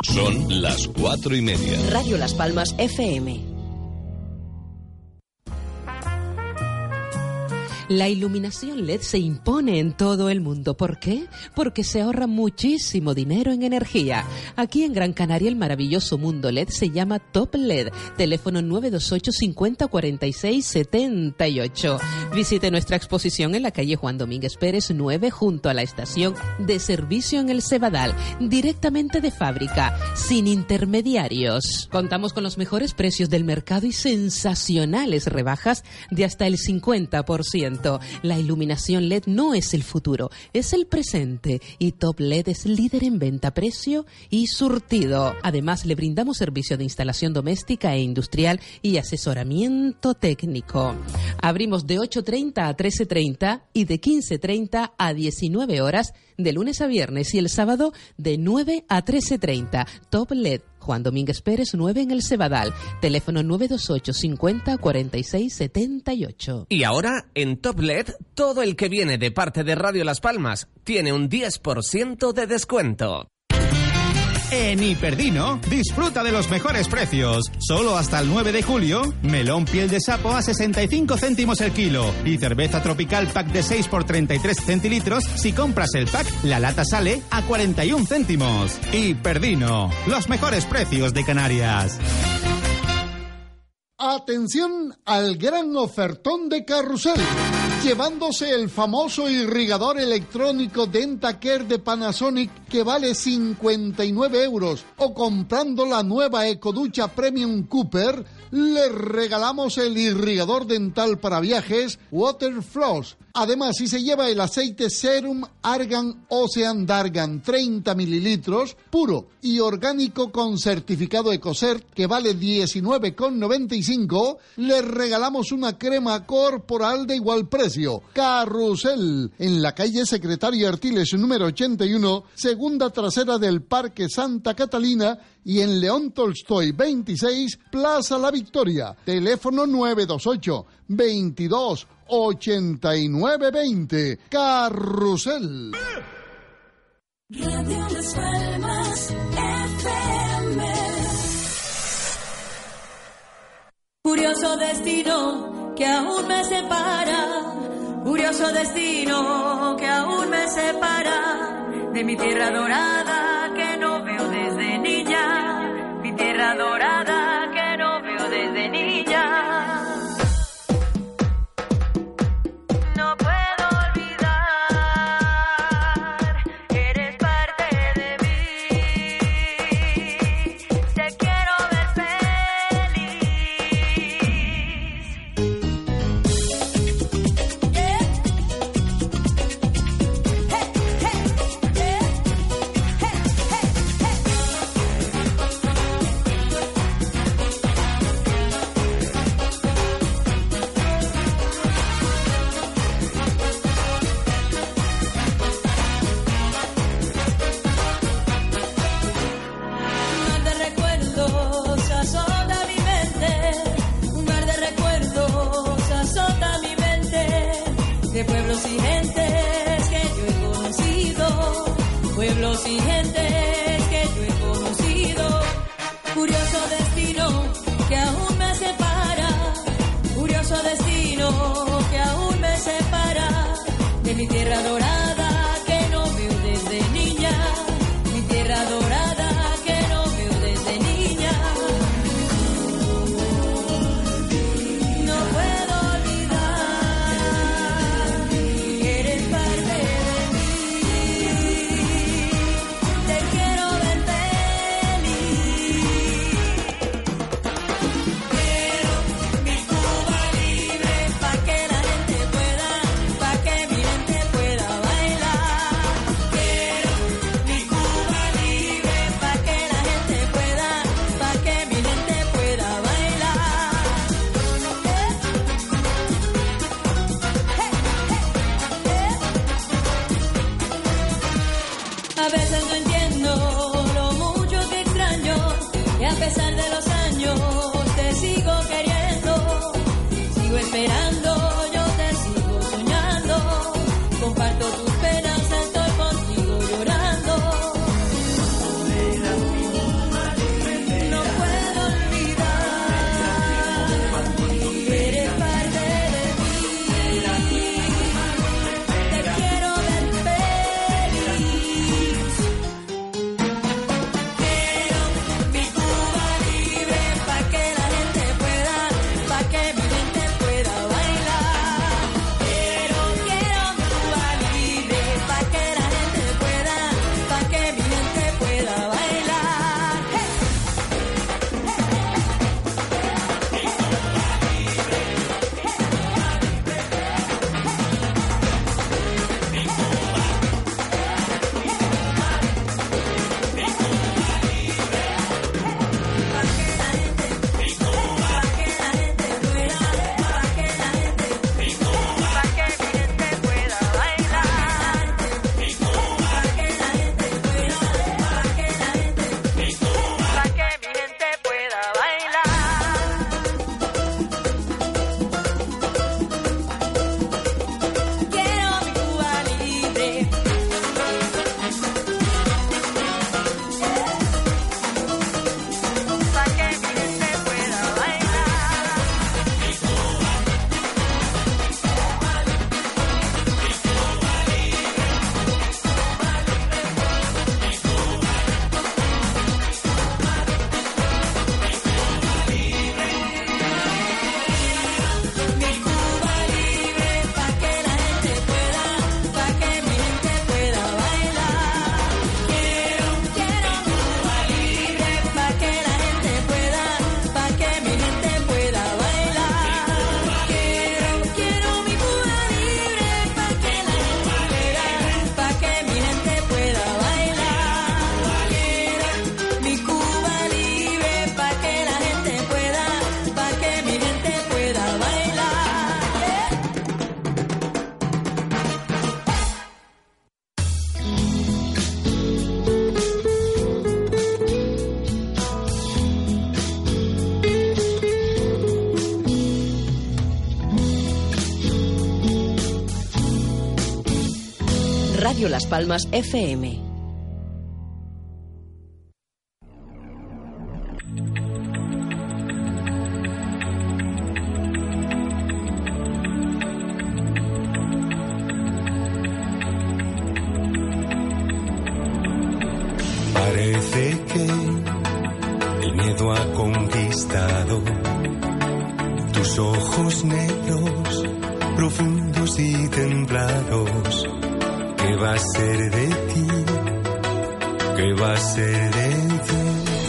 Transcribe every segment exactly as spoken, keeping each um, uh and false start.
Son las cuatro y media. Radio Las Palmas F M. La iluminación L E D se impone en todo el mundo. ¿Por qué? Porque se ahorra muchísimo dinero en energía. Aquí en Gran Canaria el maravilloso mundo L E D se llama Top L E D. Teléfono nueve dos ocho cincuenta cuarenta y seis setenta y ocho. Visite nuestra exposición en la calle Juan Domínguez Pérez nueve junto a la estación de servicio en el Cebadal. Directamente de fábrica, sin intermediarios. Contamos con los mejores precios del mercado y sensacionales rebajas de hasta el cincuenta por ciento. La iluminación L E D no es el futuro, es el presente, y Top L E D es líder en venta, precio y surtido. Además, le brindamos servicio de instalación doméstica e industrial y asesoramiento técnico. Abrimos de ocho treinta a trece treinta y de quince treinta a diecinueve horas de lunes a viernes, y el sábado de nueve a trece treinta. Top L E D, Juan Domínguez Pérez nueve en el Cebadal. Teléfono nueve dos ocho cincuenta cuarenta y seis setenta y ocho. Y ahora, en Top L E D, todo el que viene de parte de Radio Las Palmas tiene un diez por ciento de descuento. En Hiperdino, disfruta de los mejores precios. Solo hasta el nueve de julio, melón piel de sapo a sesenta y cinco céntimos el kilo. Y cerveza tropical pack de seis por treinta y tres centilitros. Si compras el pack, la lata sale a cuarenta y un céntimos. Hiperdino, los mejores precios de Canarias. Atención al gran ofertón de Carrusel. Llevándose el famoso irrigador electrónico Dentacare de Panasonic, que vale cincuenta y nueve euros, o comprando la nueva Ecoducha Premium Cooper, le regalamos el irrigador dental para viajes Waterfloss. Además, si se lleva el aceite Serum Argan Ocean Dargan treinta mililitros, puro y orgánico con certificado Ecocert, que vale diecinueve con noventa y cinco, le regalamos una crema corporal de igual precio. Carrusel, en la calle Secretario Artiles número ochenta y uno, segunda trasera del Parque Santa Catalina, y en León Tolstoy veintiséis, Plaza La Victoria. Teléfono nueve dos ocho veintidós ochenta y nueve veinte. Carrusel. Radio Las Palmas F M. Curioso destino que aún me separa, curioso destino que aún me separa de mi tierra dorada que no veo desde niña, mi tierra dorada que no veo desde niña. De pueblos y gentes que yo he conocido, pueblos y gentes que yo he conocido. Curioso destino que aún me separa, curioso destino que aún me separa de mi tierra dorada que no veo desde niña, mi tierra dorada que no veo desde niña. No puedo te quiero Radio Las Palmas F M. Parece que el miedo ha conquistado tus ojos negros, profundos y templados. ¿Qué va a ser de ti? ¿Qué va a ser de ti?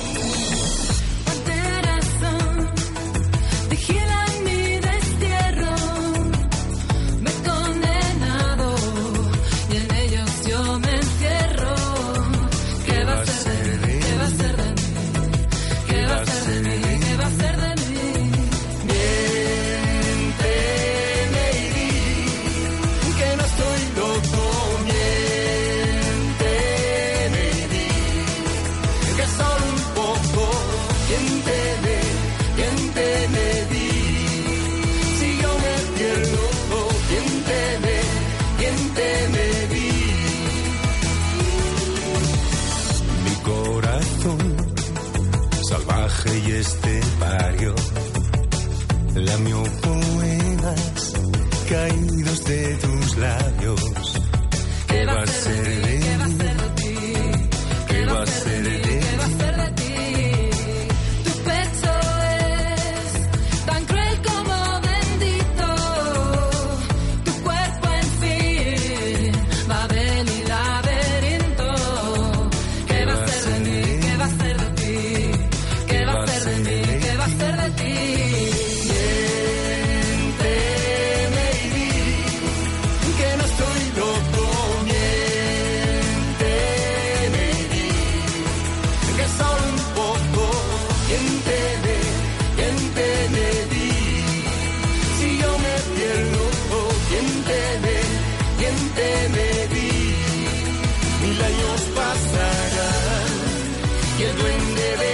Y este barrio lamió poemas caídos de tus labios. ¿Qué va a ser de ti? ¿Qué va a ser de ti? ¿Qué va a ser de ti? Tu pecho es tan cruel como bendito. Tu cuerpo en fin va a venir laberinto. ¿Qué va a ser de ti? ¿Qué va a ser de ti? ¿Qué va a ser de mí? ¿Qué va a ser de ti? Miénteme y di que no estoy loco. Miénteme y di que solo un poco. Miénteme, miénteme y di si yo me pierdo. Miénteme, miénteme y di mil años pasarán y el duende de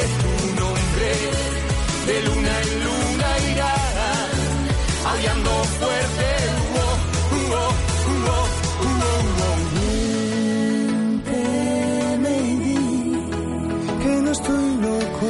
de luna en luna irá, aullando fuerte. Oh, oh, oh, oh, oh. Miénteme y di que no estoy loco.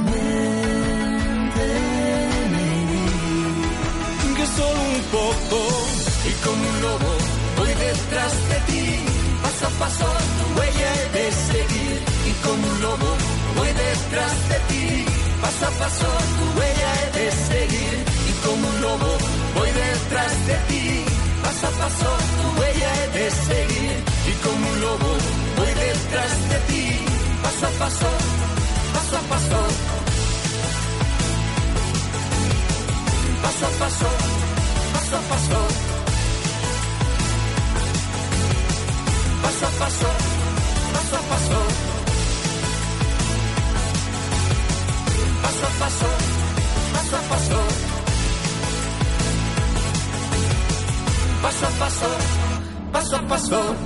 Miénteme y di que solo un poco. Y como un lobo voy detrás de ti, paso a paso tu huella he de seguir. Y como un lobo voy detrás de ti, paso a paso tu huella he de seguir. Y como un lobo voy detrás de ti, paso a paso tu huella he de seguir. Y como un lobo voy detrás de ti, paso a paso, paso a paso, paso a paso, paso a paso, paso a paso, paso a paso. Paso a paso, paso a paso, paso a paso, paso a paso.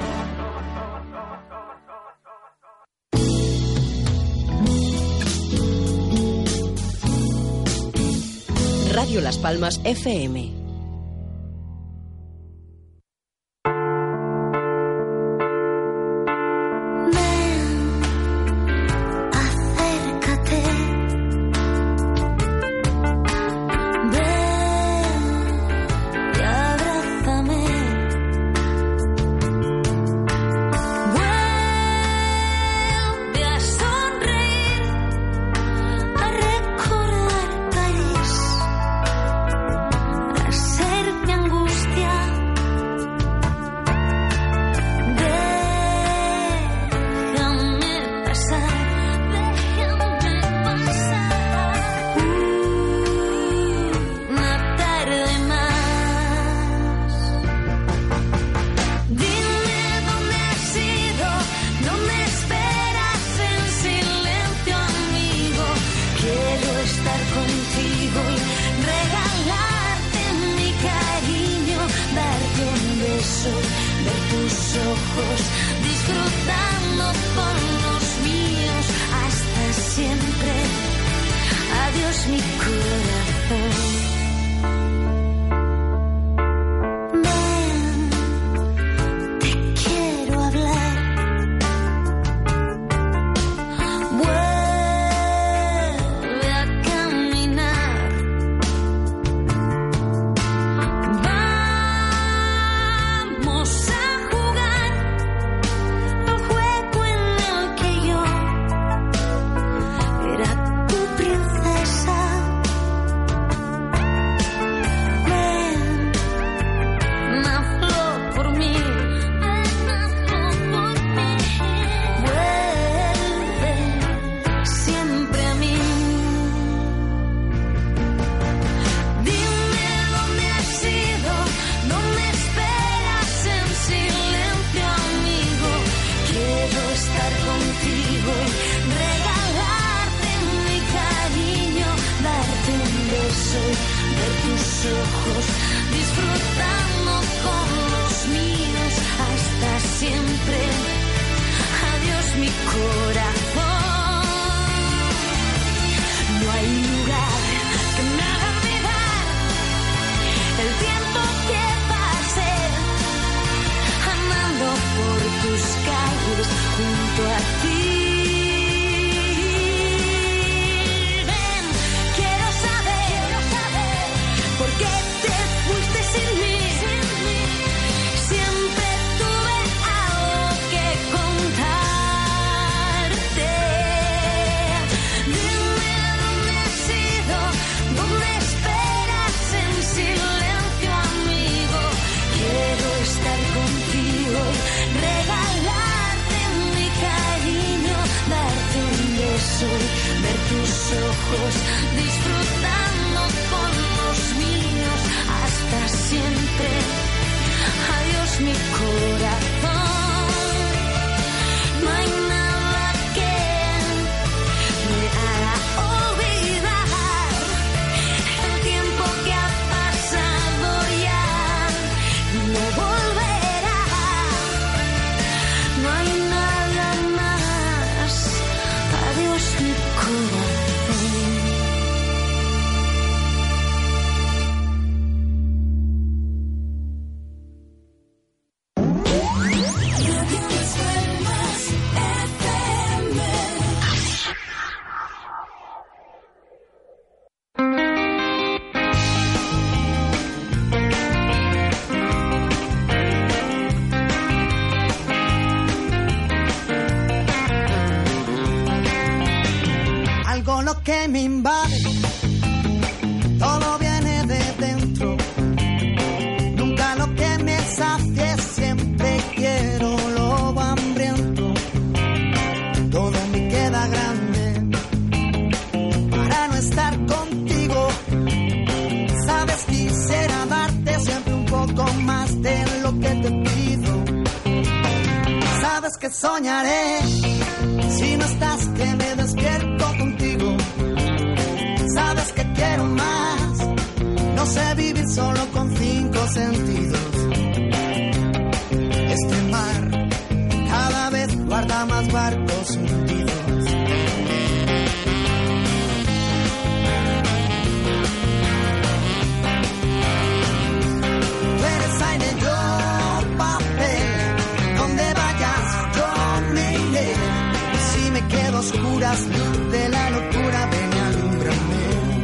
Radio Las Palmas F M. ojos, disfrutando con los míos hasta siempre. Adiós mi corazón. Ven, te quiero. soy, ver tus ojos disfrutando con los míos hasta siempre. Adiós mi corazón, no hay nada que me haga olvidar el tiempo que ha pasado ya, no volverá, no hay nada más. Adiós mi corazón. Algo lo que me invade, todo viene de dentro. Nunca lo que me sacie, siempre quiero lo hambriento. Todo me queda grande para no estar contigo. Sabes, quisiera darte siempre un poco más de lo que te pido. Sabes que soñaré si no estás, que me despierto contigo. Sabes que quiero más, no sé vivir solo con cinco sentidos. Este mar cada vez guarda más barcos hundidos. Tú eres aire, yo papel, donde vayas yo me iré. Y si me quedo a oscuras, luz de la locura, ven y alúmbrame.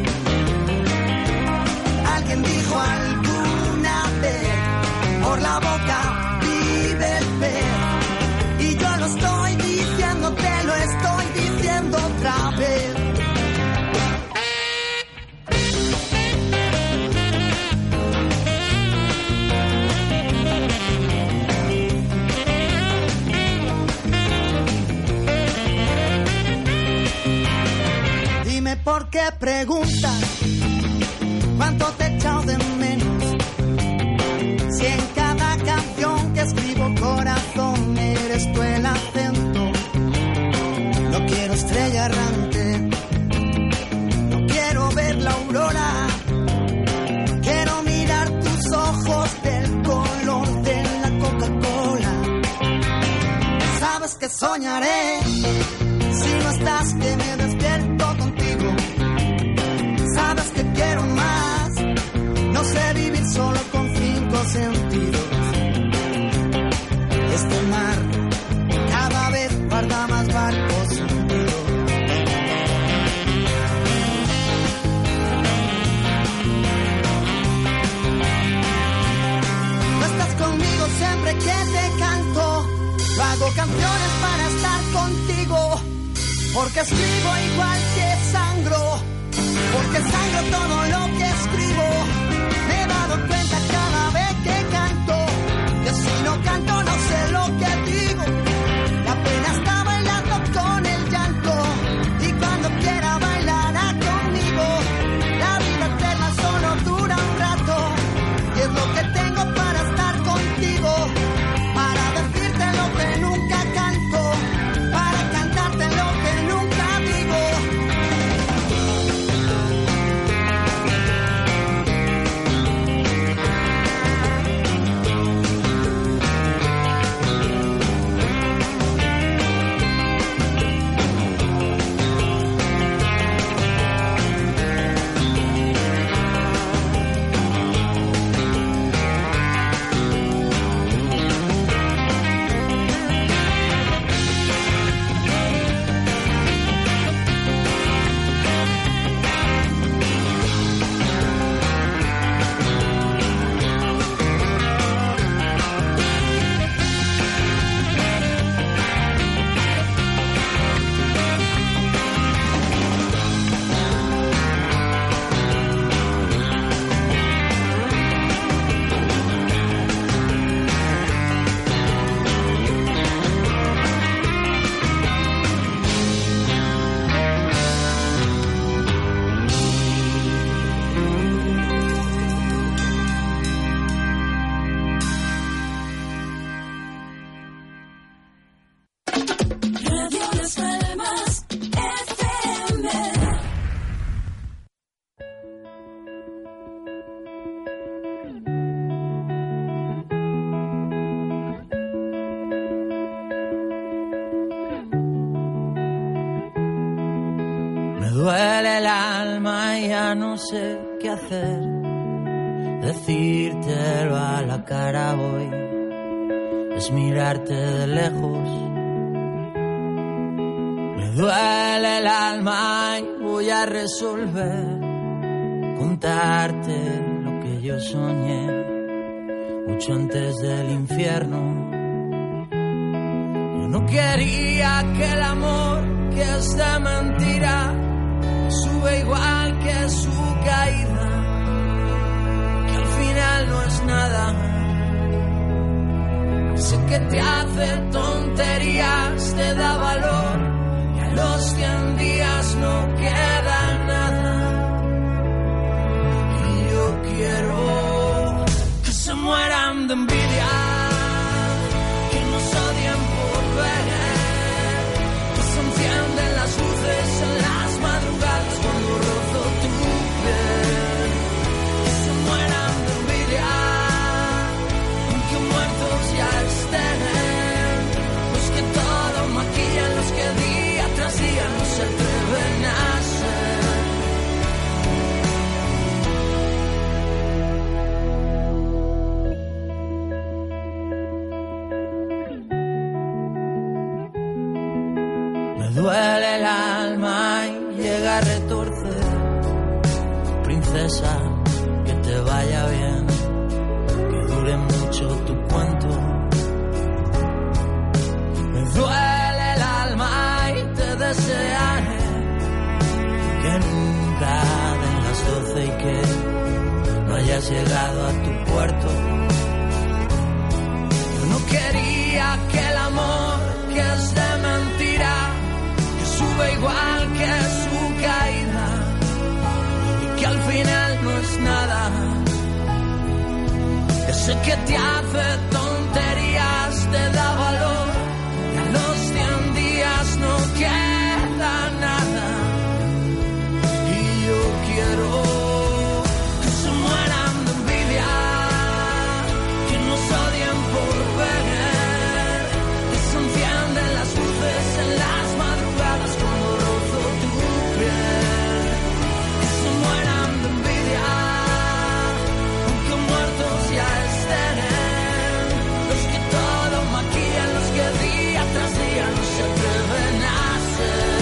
Alguien dijo alguna vez, por la boca vive el pez. Y yo lo estoy diciendo, te lo estoy diciendo otra vez. Dime por qué preguntas cuánto te he echado de menos. Si en cada canción que escribo, corazón, eres tú el acento. No quiero estrella errante, no quiero ver la aurora. Quiero mirar tus ojos del color de la Coca-Cola. Sabes que soñaré si no estás, que me despierto contigo. Sabes que quiero más, no sé vivir solo con cinco sentidos. Este mar cada vez guarda más barcos hundidos. No estás conmigo siempre que te canto. Yo hago canciones para estar contigo, porque escribo igual que sangro, porque sangro todo lo que escribo. Me he dado cuenta cada vez que canto, que si no canto no sé lo que digo. La pena está bailando con el llanto, y cuando quiera bailará conmigo. La vida eterna solo dura un rato, y es lo que tengo para estar contigo, para decirte lo que nunca canto, para cantarte lo que nunca digo. duele el alma y ya no sé qué hacer. Decírtelo a la cara hoy es mirarte de lejos. Me duele el alma y voy a resolver contarte lo que yo soñé mucho antes del infierno. Yo no quería que el amor que es de mentira sube igual que su caída, que al final no es nada. Sé que te hace tonterías, te da valor y a los cien días no queda nada. Y yo quiero que se mueran de envidia, que nos odien por ver, que se encienden las luces en las madrugadas cuando rozo tu piel. Que se mueran de envidia, aunque muertos ya estén, los que todo maquillan, los que día tras día no se atreven a ser. Me duele el alma y llega a retorcer. Princesa, que te vaya bien, que dure mucho tu cuento. Me duele el alma y te desearé que nunca den las doce y que no hayas llegado a tu puerto. Yo no quería que el amor que es de mentira, que sube igual que su caída y que al final no es nada. Yo sé que te hace tonterías, te da valor y a los cien días no queda nada. Y yo quiero que se mueran de envidia, que nos odien por ver, que se encienden las luces en las madrugadas cuando rozo tu piel. Que se mueran de envidia, aunque muertos ya estén, los que todo maquillan, los que día tras día no se atreven a ser.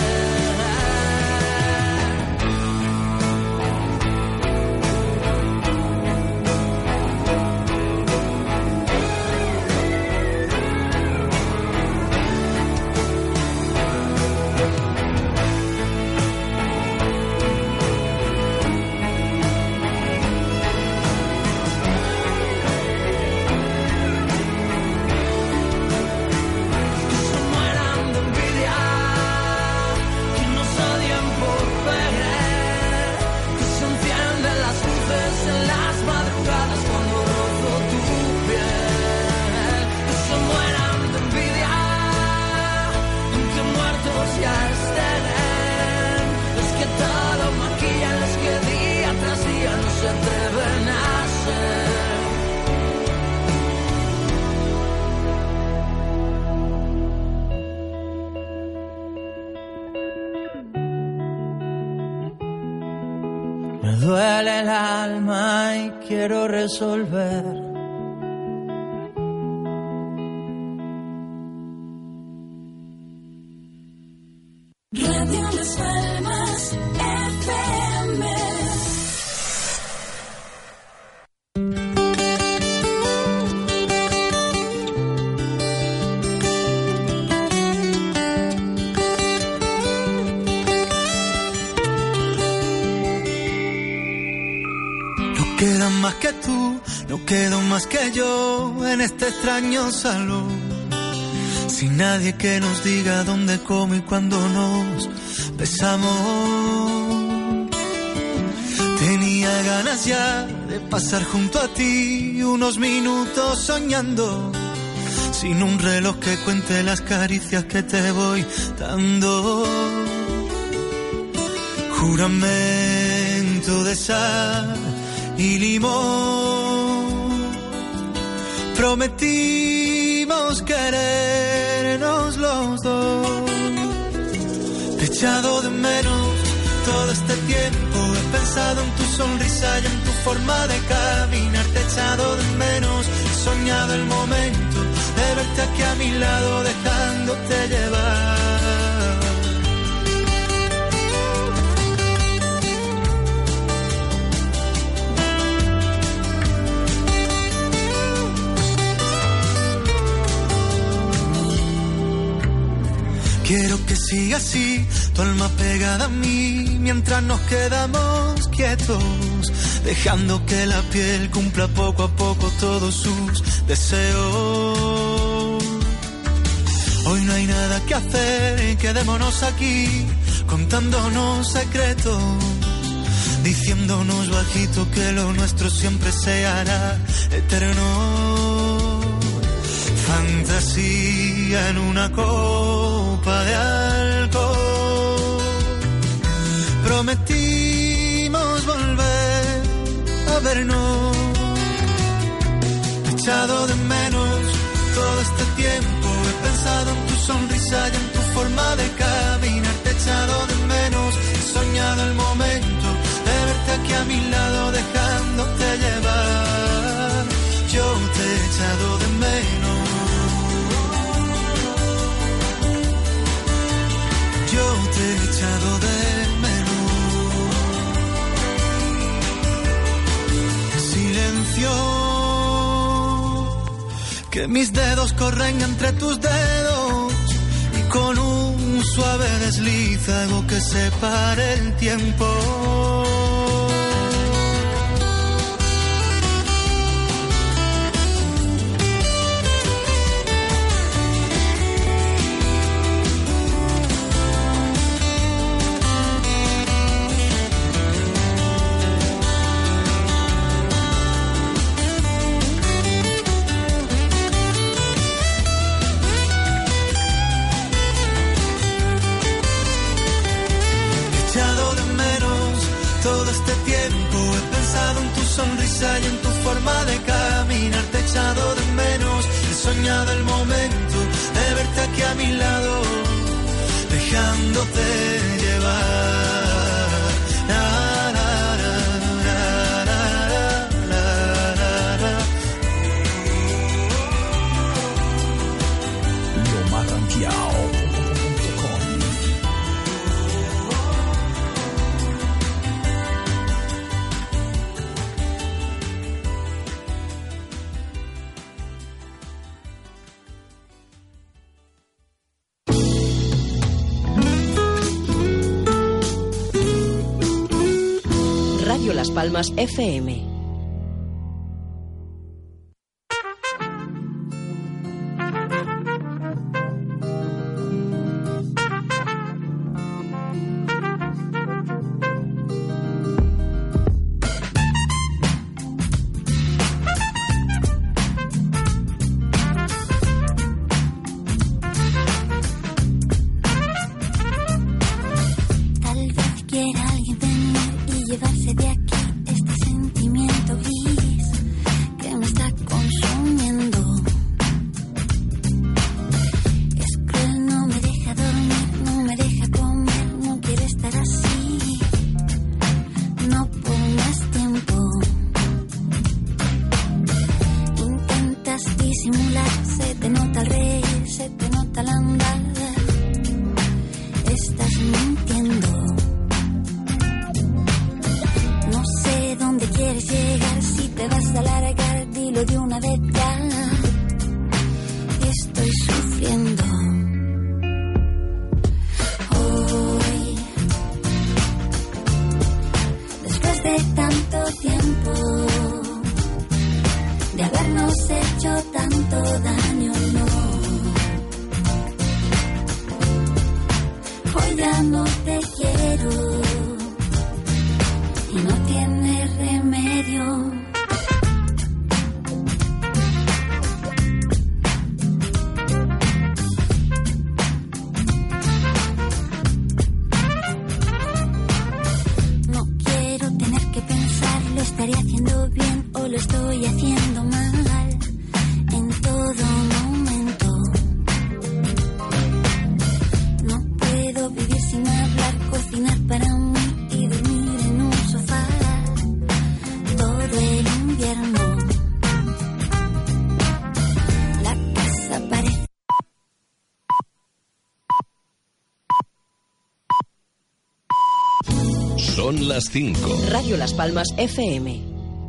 Que se mueran de envidia, que nos odien por ver, que se encienden las luces en las madrugadas cuando rozo tu piel. Que se mueran de envidia, aunque muertos ya estén, los que todo maquillan, los que día tras día no se atreven a ser. Me duele el alma y quiero resolver. Radio Las Palmas F M. No queda más que tú, no quedo más que yo en este extraño salón. Sin nadie que nos diga dónde, cómo y cuándo nos besamos. Tenía ganas ya de pasar junto a ti unos minutos soñando, sin un reloj que cuente las caricias que te voy dando. Juramento de sal y limón, prometimos querernos los dos. Te he echado de menos Todo este tiempo he pensado en tu sonrisa y en tu forma de caminar. Te he echado de menos, he soñado el momento de verte aquí a mi lado, dejándote llevar. Quiero que siga así, tu alma pegada a mí, mientras nos quedamos quietos, dejando que la piel cumpla poco a poco todos sus deseos. Hoy no hay nada que hacer, quedémonos aquí, contándonos secretos, diciéndonos bajito que lo nuestro siempre se hará eterno. Fantasía en una copa de alcohol. Prometimos volver a vernos. Te he echado de menos todo este tiempo. He pensado en tu sonrisa y en tu forma de caminar. Te he echado de menos. He soñado el momento de verte aquí a mi lado, dejándote llevar. Yo te he echado de menos. Yo te he echado de menos. Silencio, que mis dedos corren entre tus dedos y con un suave desliz hago que se pare el tiempo. Sonrisa y en tu forma de caminar. Te he echado de menos. He soñado el momento de verte aquí a mi lado, dejándote llevar. La, la, la, la, la, la, la, la. Lo más ranqueado. Las Palmas F M. Cocinar para mí Son las cinco. Radio Las Palmas F M.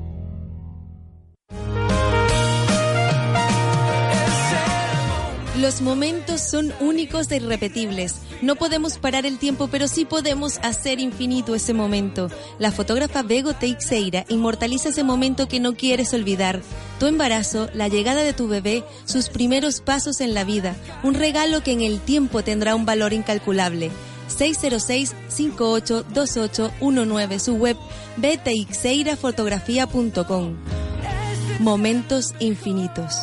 Los momentos son únicos e irrepetibles. No podemos parar el tiempo, pero sí podemos hacer infinito ese momento. La fotógrafa Bego Teixeira inmortaliza ese momento que no quieres olvidar. Tu embarazo, la llegada de tu bebé, sus primeros pasos en la vida. Un regalo que en el tiempo tendrá un valor incalculable. seis cero seis, cinco ocho dos ocho uno nueve, su web b teixeira fotografía punto com. Momentos infinitos.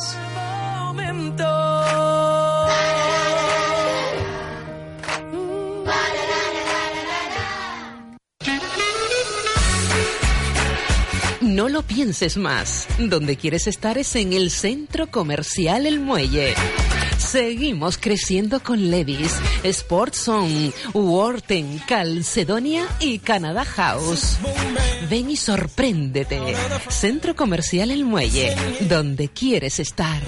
No lo pienses más. Donde quieres estar es en el Centro Comercial El Muelle. Seguimos creciendo con Levi's, Sportson, Worten, Calcedonia y Canada House. Ven y sorpréndete. Centro Comercial El Muelle, donde quieres estar.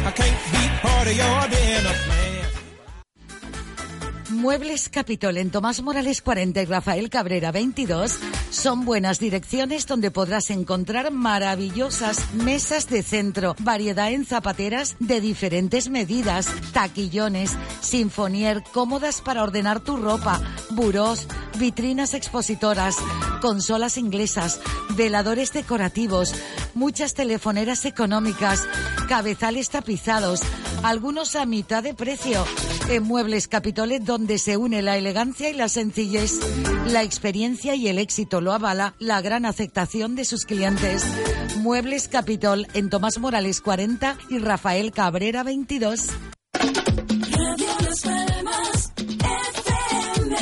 Muebles Capitol en Tomás Morales cuarenta y Rafael Cabrera veintidós son buenas direcciones donde podrás encontrar maravillosas mesas de centro, variedad en zapateras de diferentes medidas, taquillones, sinfonier, cómodas para ordenar tu ropa, burós, vitrinas expositoras, consolas inglesas, veladores decorativos, muchas telefoneras económicas, cabezales tapizados, algunos a mitad de precio. En Muebles Capitol, donde se une la elegancia y la sencillez, la experiencia y el éxito lo avala la gran aceptación de sus clientes. Muebles Capitol en Tomás Morales cuarenta y Rafael Cabrera veintidós. Radio Las Palmas F M.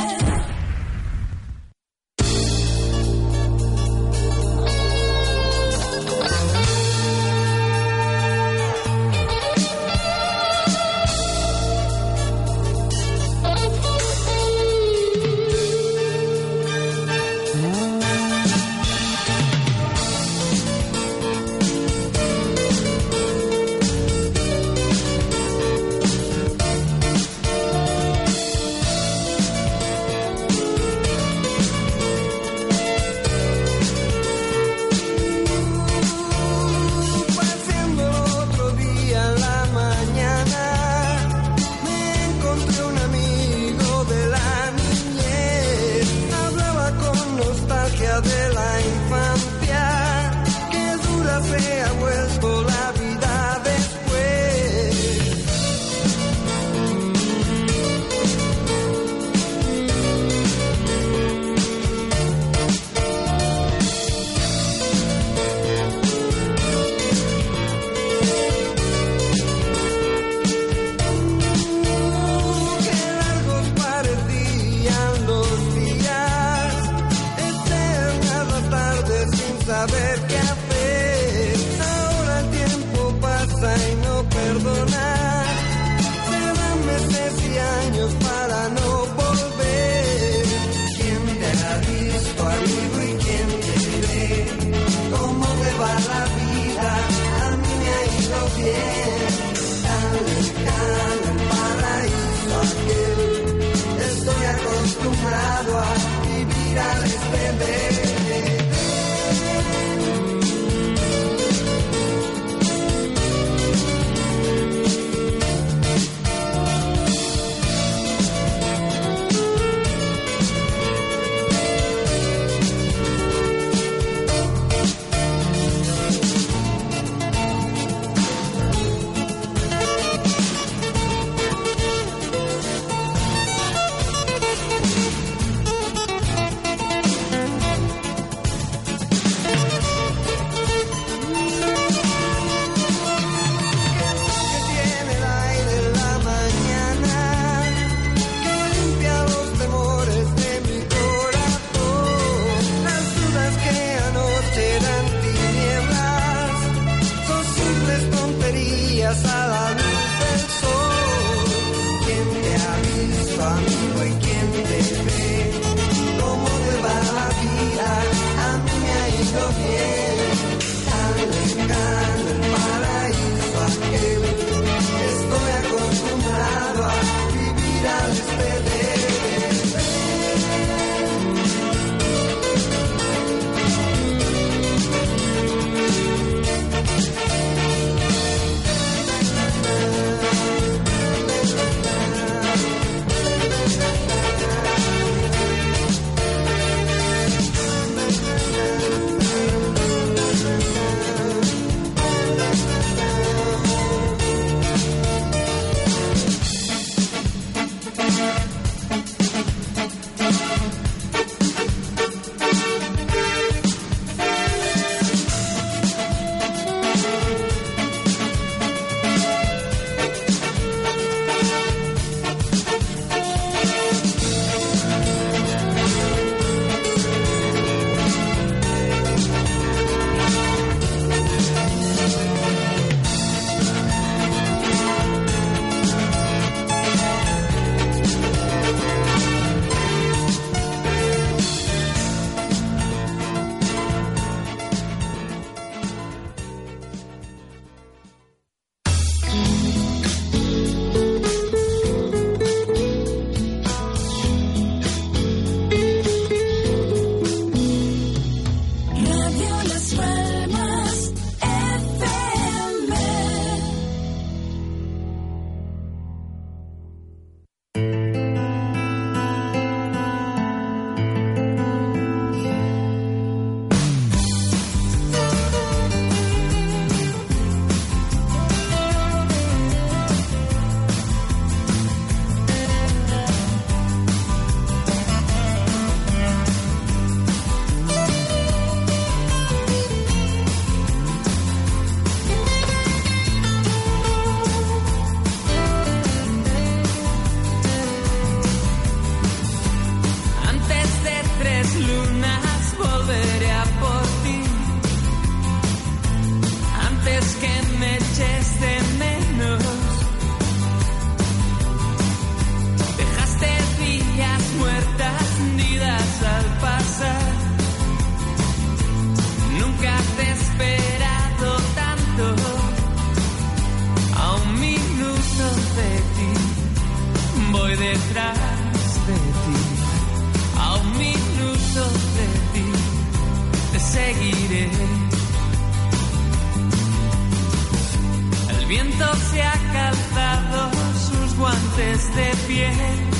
haces de pie,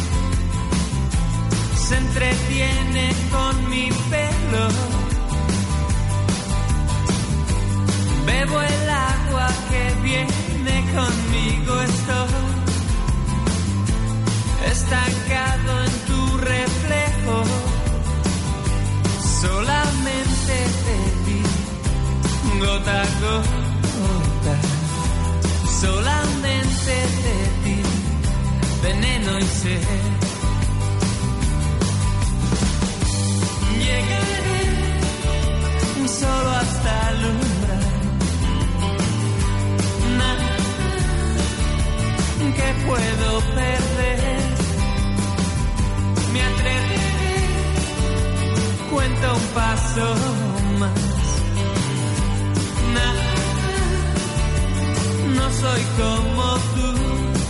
se entretiene con mi pelo. Bebo el agua que viene conmigo, estoy estancado en tu reflejo. Solamente te vi, gota a gota. Solamente te vi, veneno y sed. Llegaré solo hasta el umbral. Nada que puedo perder. Me atreveré, cuento un paso más. Nada, no soy como tú.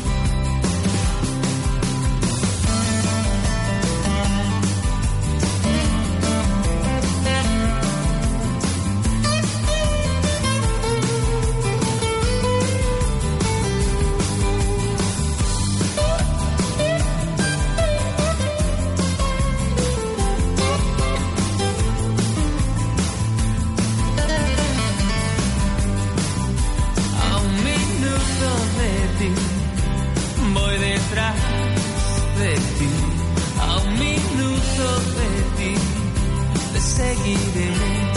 Voy detrás de ti, a un minuto de ti, te seguiré.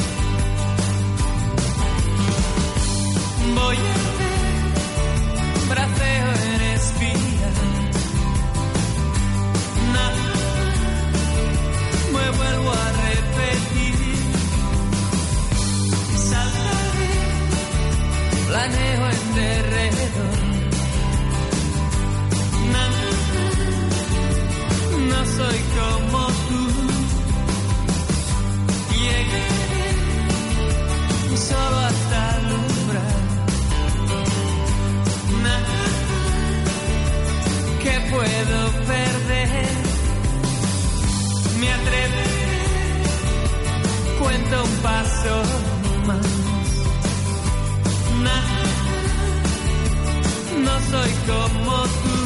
Voy a ver, braceo en espía, nada, me vuelvo a repetir. Saltaré, planeo en derredor. No soy como tú. Llegaré solo hasta el umbral. Nada que puedo perder. Me atreveré, cuento un paso más. Nada, no soy como tú.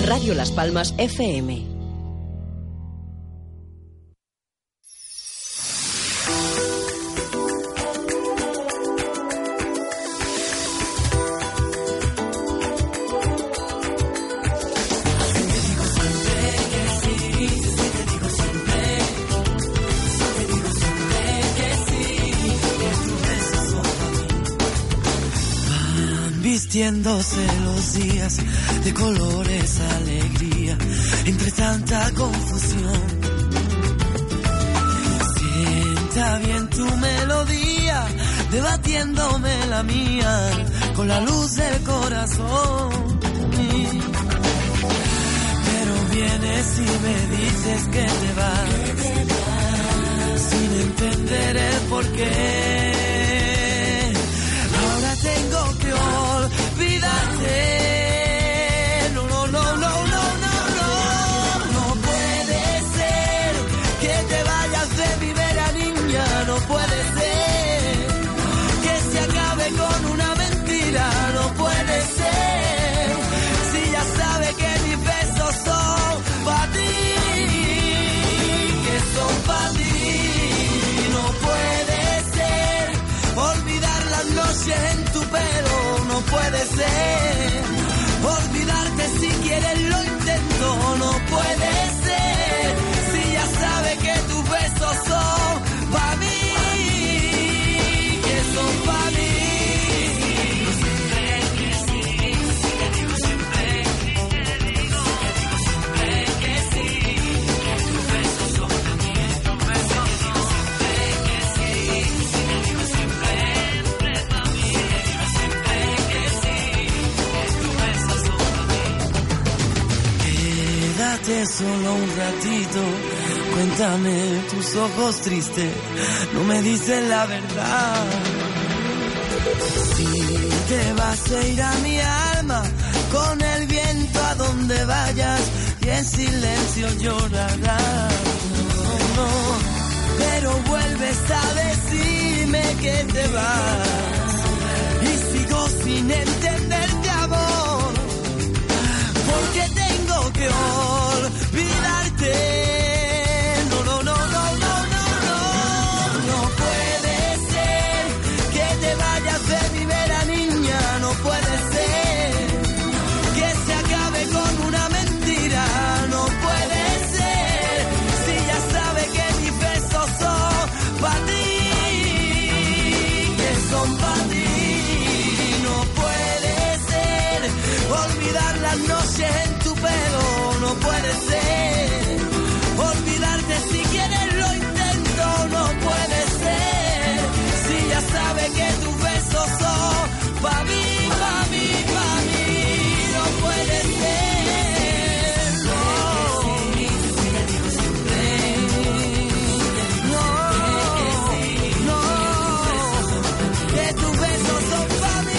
Radio Las Palmas F M. Vistiéndose los días de colores, alegría, entre tanta confusión. Sienta bien tu melodía, debatiéndome la mía, con la luz del corazón. Pero vienes y me dices que te vas, sin entender el porqué. Ahora tengo que olvidarte. No, no, no, no, no, no, no. No puede ser que te vayas de mi vera, niña. No puede ser que se acabe con una mentira. No puede ser si ya sabe que mis besos son para ti, que son para ti. No puede ser olvidar las noches en tu pelo, no puede ser olvidarte si quieres lo intento, no puede ser si ya sabe que tus besos son para mí, que son para mí. Quédate solo un ratito, cuéntame tus ojos tristes, no me dices la verdad. Si te vas a ir a mi alma, con el viento a donde vayas, y en silencio llorarás. No, no, pero vuelves a decirme que te vas, y sigo sin entenderte, amor, porque tengo que olvidarte. No, no, no, no, no, no, no. No puede ser que te vayas de mi vera, niña. No puede ser que se acabe con una mentira. No puede ser si ya sabe que mis besos son para ti, que son para ti. No puede ser olvidar las noches en tu pelo, no puede ser olvidarte si quieres lo intento, no puede ser si ya sabe que tus besos son pa' mí, pa' mí, pa' mí, no puede ser, no, no, no, que tus besos son pa' mí.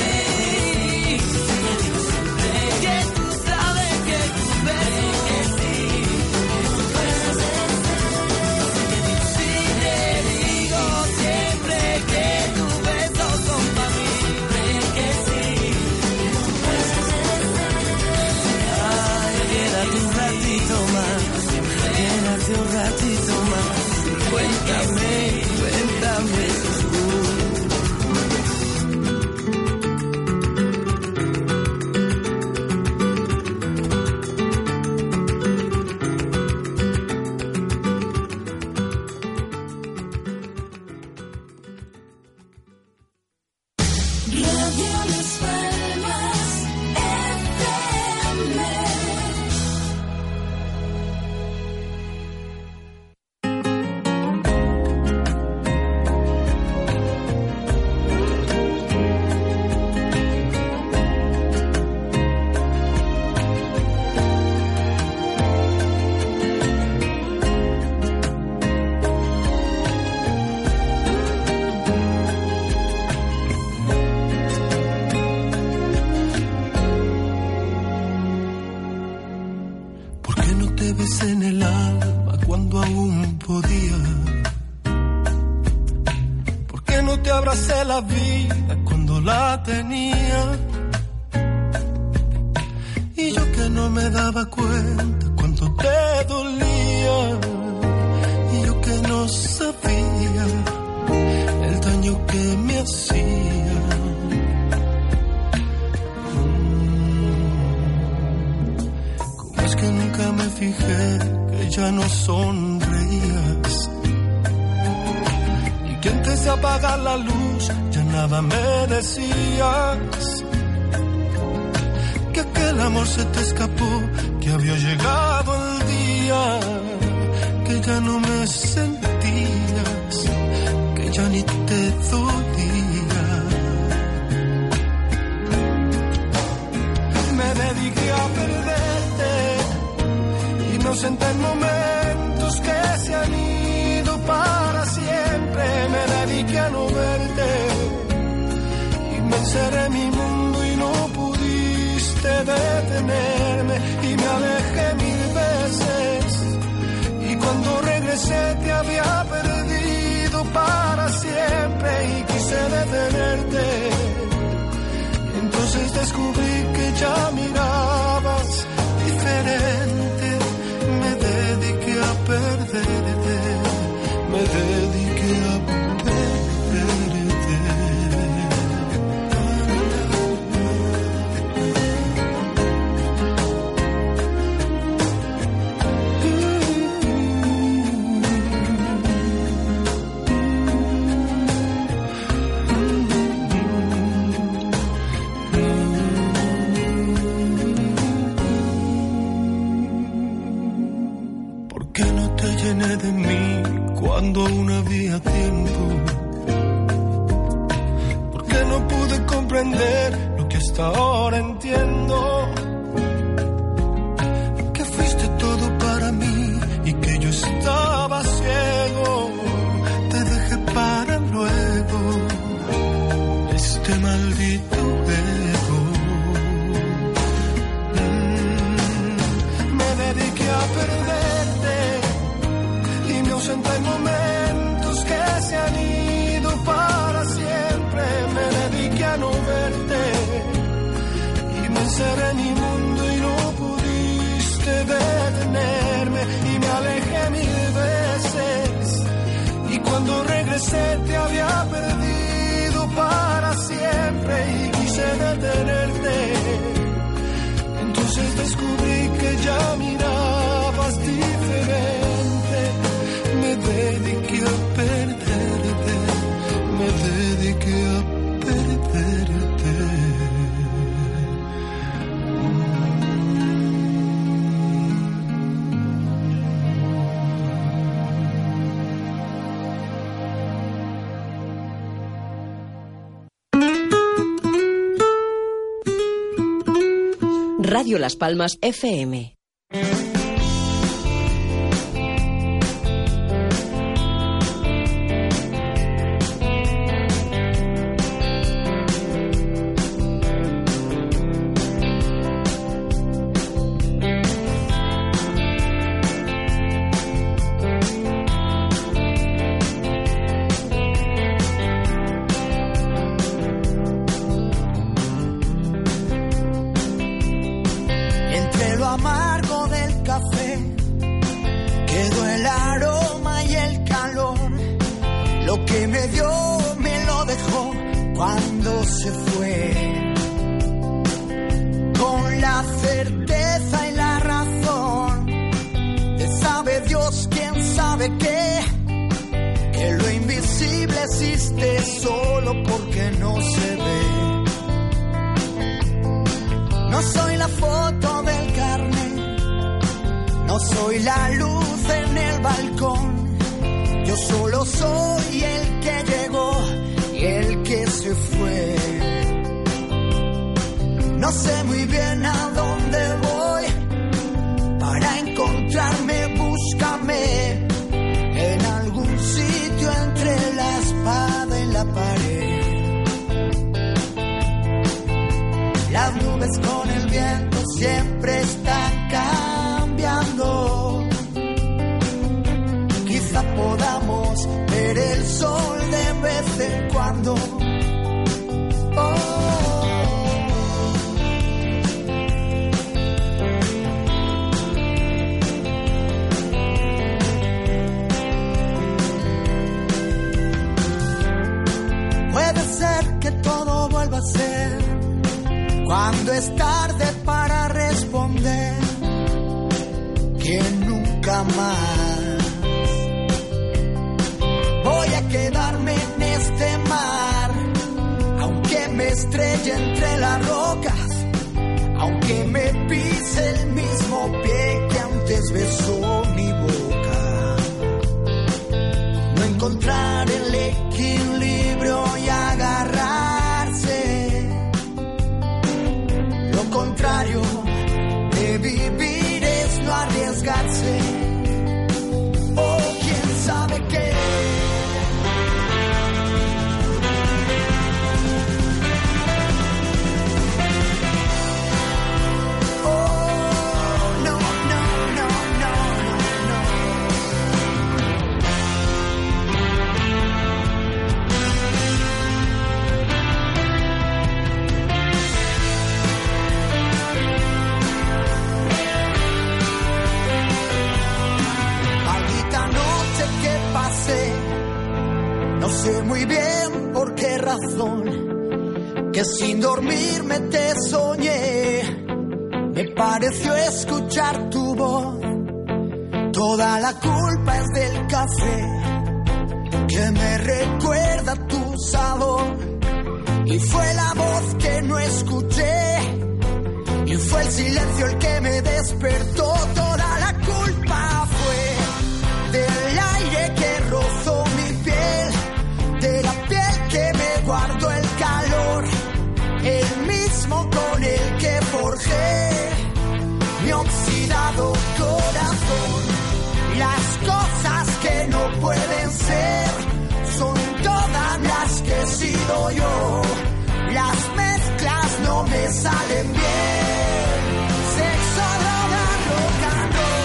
Un ratito más, quédate un ratito más, cuéntame, cuéntame. En el alma cuando aún podía, ¿por qué no te abracé la vida cuando la tenía? Y yo que no me daba cuenta cuánto te dolía. Y yo que no sabía el daño que me hacía. Como es que nunca me fijé que ya no sonreías. Y que antes de apagar la luz ya nada me decías. Que aquel amor se te escapó, que había llegado el día, que ya no me sentías, que ya ni te dolía. Me dediqué a perderte, inocente en momentos que se han ido para siempre. Me dediqué a no verte y me encerré en mi mundo y no pudiste detenerme y me alejé mil veces. Y cuando regresé te había perdido para siempre y quise detenerte. Entonces descubrí que ya mirabas diferente. Me dediqué a perderte, me dediqué a perderte. De mí cuando aún había tiempo, porque no pude comprender lo que hasta ahora entiendo, que fuiste todo para mí y que yo estaba ciego, te dejé para luego este maldito ego. Mm, me dediqué a perderte, en momentos que se han ido para siempre. Me dediqué a no verte y me encerré en mi mundo y no pudiste detenerme y me alejé mil veces. Y cuando regresé te había perdido para siempre y quise detenerte. Entonces descubrí que ya mirabas diferente. Me dediqué a perderte, me dediqué a perderte. Radio Las Palmas F M. Cuando es tarde para responder que nunca más voy a quedarme en este mar, aunque me estrelle entre las rocas, aunque me pise el mismo pie que antes besó mi boca. No encontrar el equilibrio y agarrarse, lo contrario de vivir es no arriesgarse, o quién sabe qué. No sé muy bien por qué razón, que sin dormirme te soñé. Me pareció escuchar tu voz. Toda la culpa es del café, que me recuerda tu sabor. Y fue la voz que no escuché, y fue el silencio el que me despertó. Toda la culpa fue del aire que rozó mi piel, de la piel que me guardó el calor, el mismo con el que forjé mi oxidado corazón. Las cosas que no pueden ser son todas las que he sido yo. Las mezclas no me salen bien. Sexo, droga, rock and roll.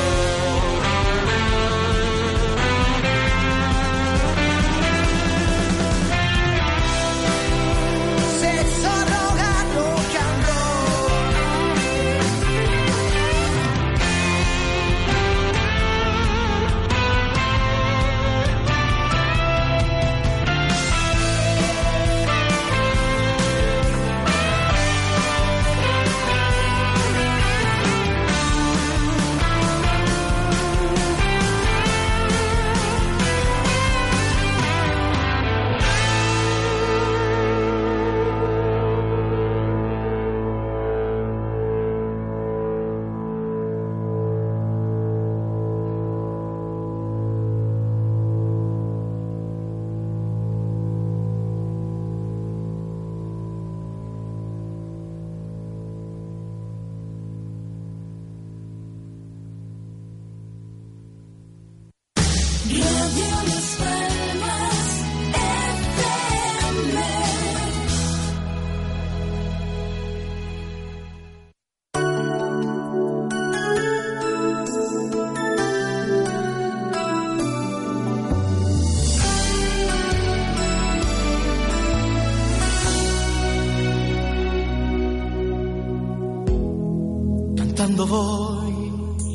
Cantando voy,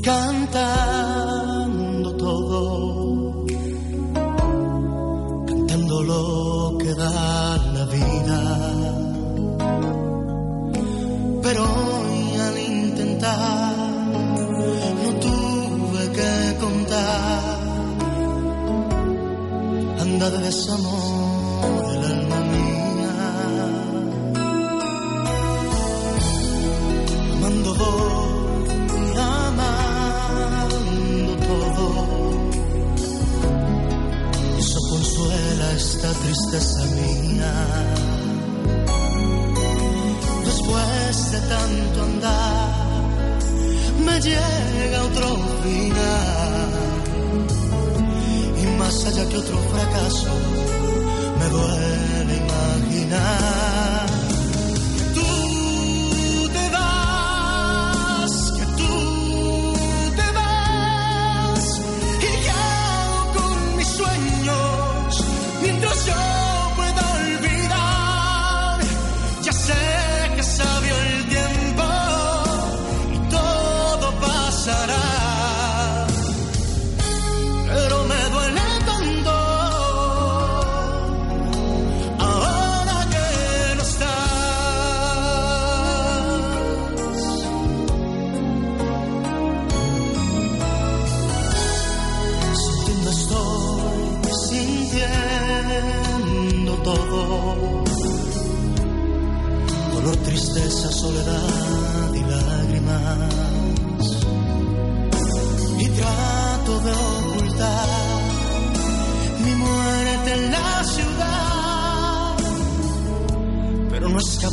cantando todo, cantando lo que da la vida. Pero hoy al intentar no tuve que contar, anda de desamor el alma mía. Amando voy, amando todo, eso consuela esta tristeza mía. Después de tanto andar me llega otro final, y más allá que otro fracaso me duele imaginar. Ahora que no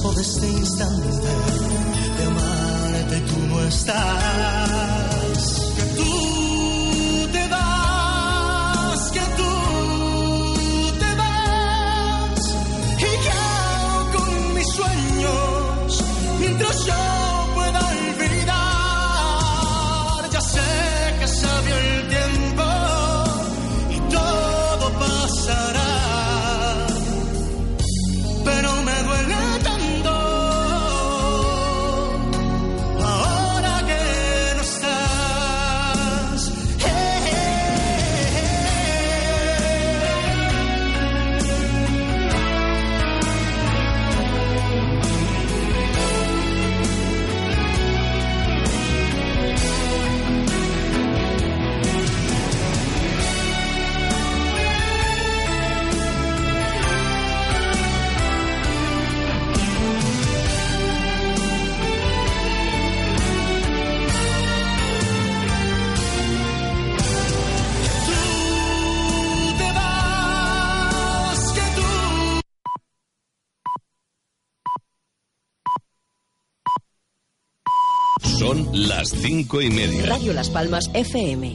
escapo de este instante de amarte y tú no estás. Que tú te vas, que tú te vas y yo con mis sueños mientras yo pueda olvidar. Ya sé que sabio el tiempo y todo pasará. Pero me duele tanto ahora que no estás. Eh, eh, Son las cinco y media. Radio Las Palmas F M.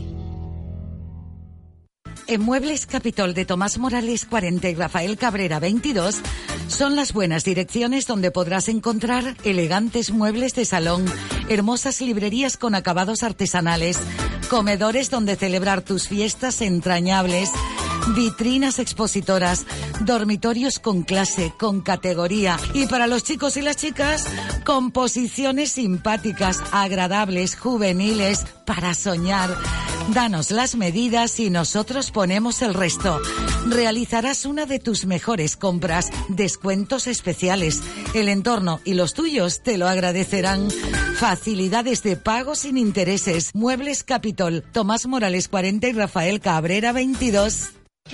En Muebles Capitol de Tomás Morales cuarenta y Rafael Cabrera veintidós son las buenas direcciones donde podrás encontrar elegantes muebles de salón, hermosas librerías con acabados artesanales, comedores donde celebrar tus fiestas entrañables, vitrinas expositoras, dormitorios con clase, con categoría y para los chicos y las chicas, composiciones simpáticas, agradables, juveniles, para soñar. Danos las medidas y nosotros ponemos el resto. Realizarás una de tus mejores compras, descuentos especiales. El entorno y los tuyos te lo agradecerán. Facilidades de pago sin intereses. Muebles Capitol, Tomás Morales cuarenta y Rafael Cabrera veintidós.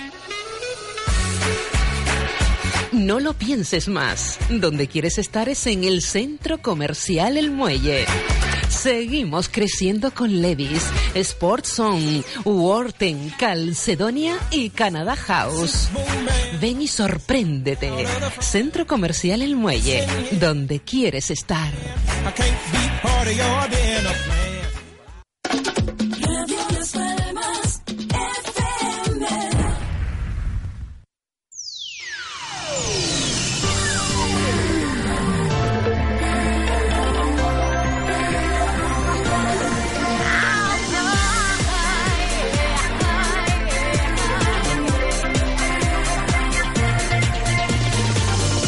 No lo pienses más. Donde quieres estar es en el Centro Comercial El Muelle. Seguimos creciendo con Levi's, Sportson, Worten, Calcedonia y Canada House. Ven y sorpréndete. Centro Comercial El Muelle, donde quieres estar.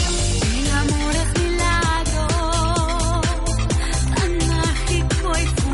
El amor es milagro, tan mágico y fuerte.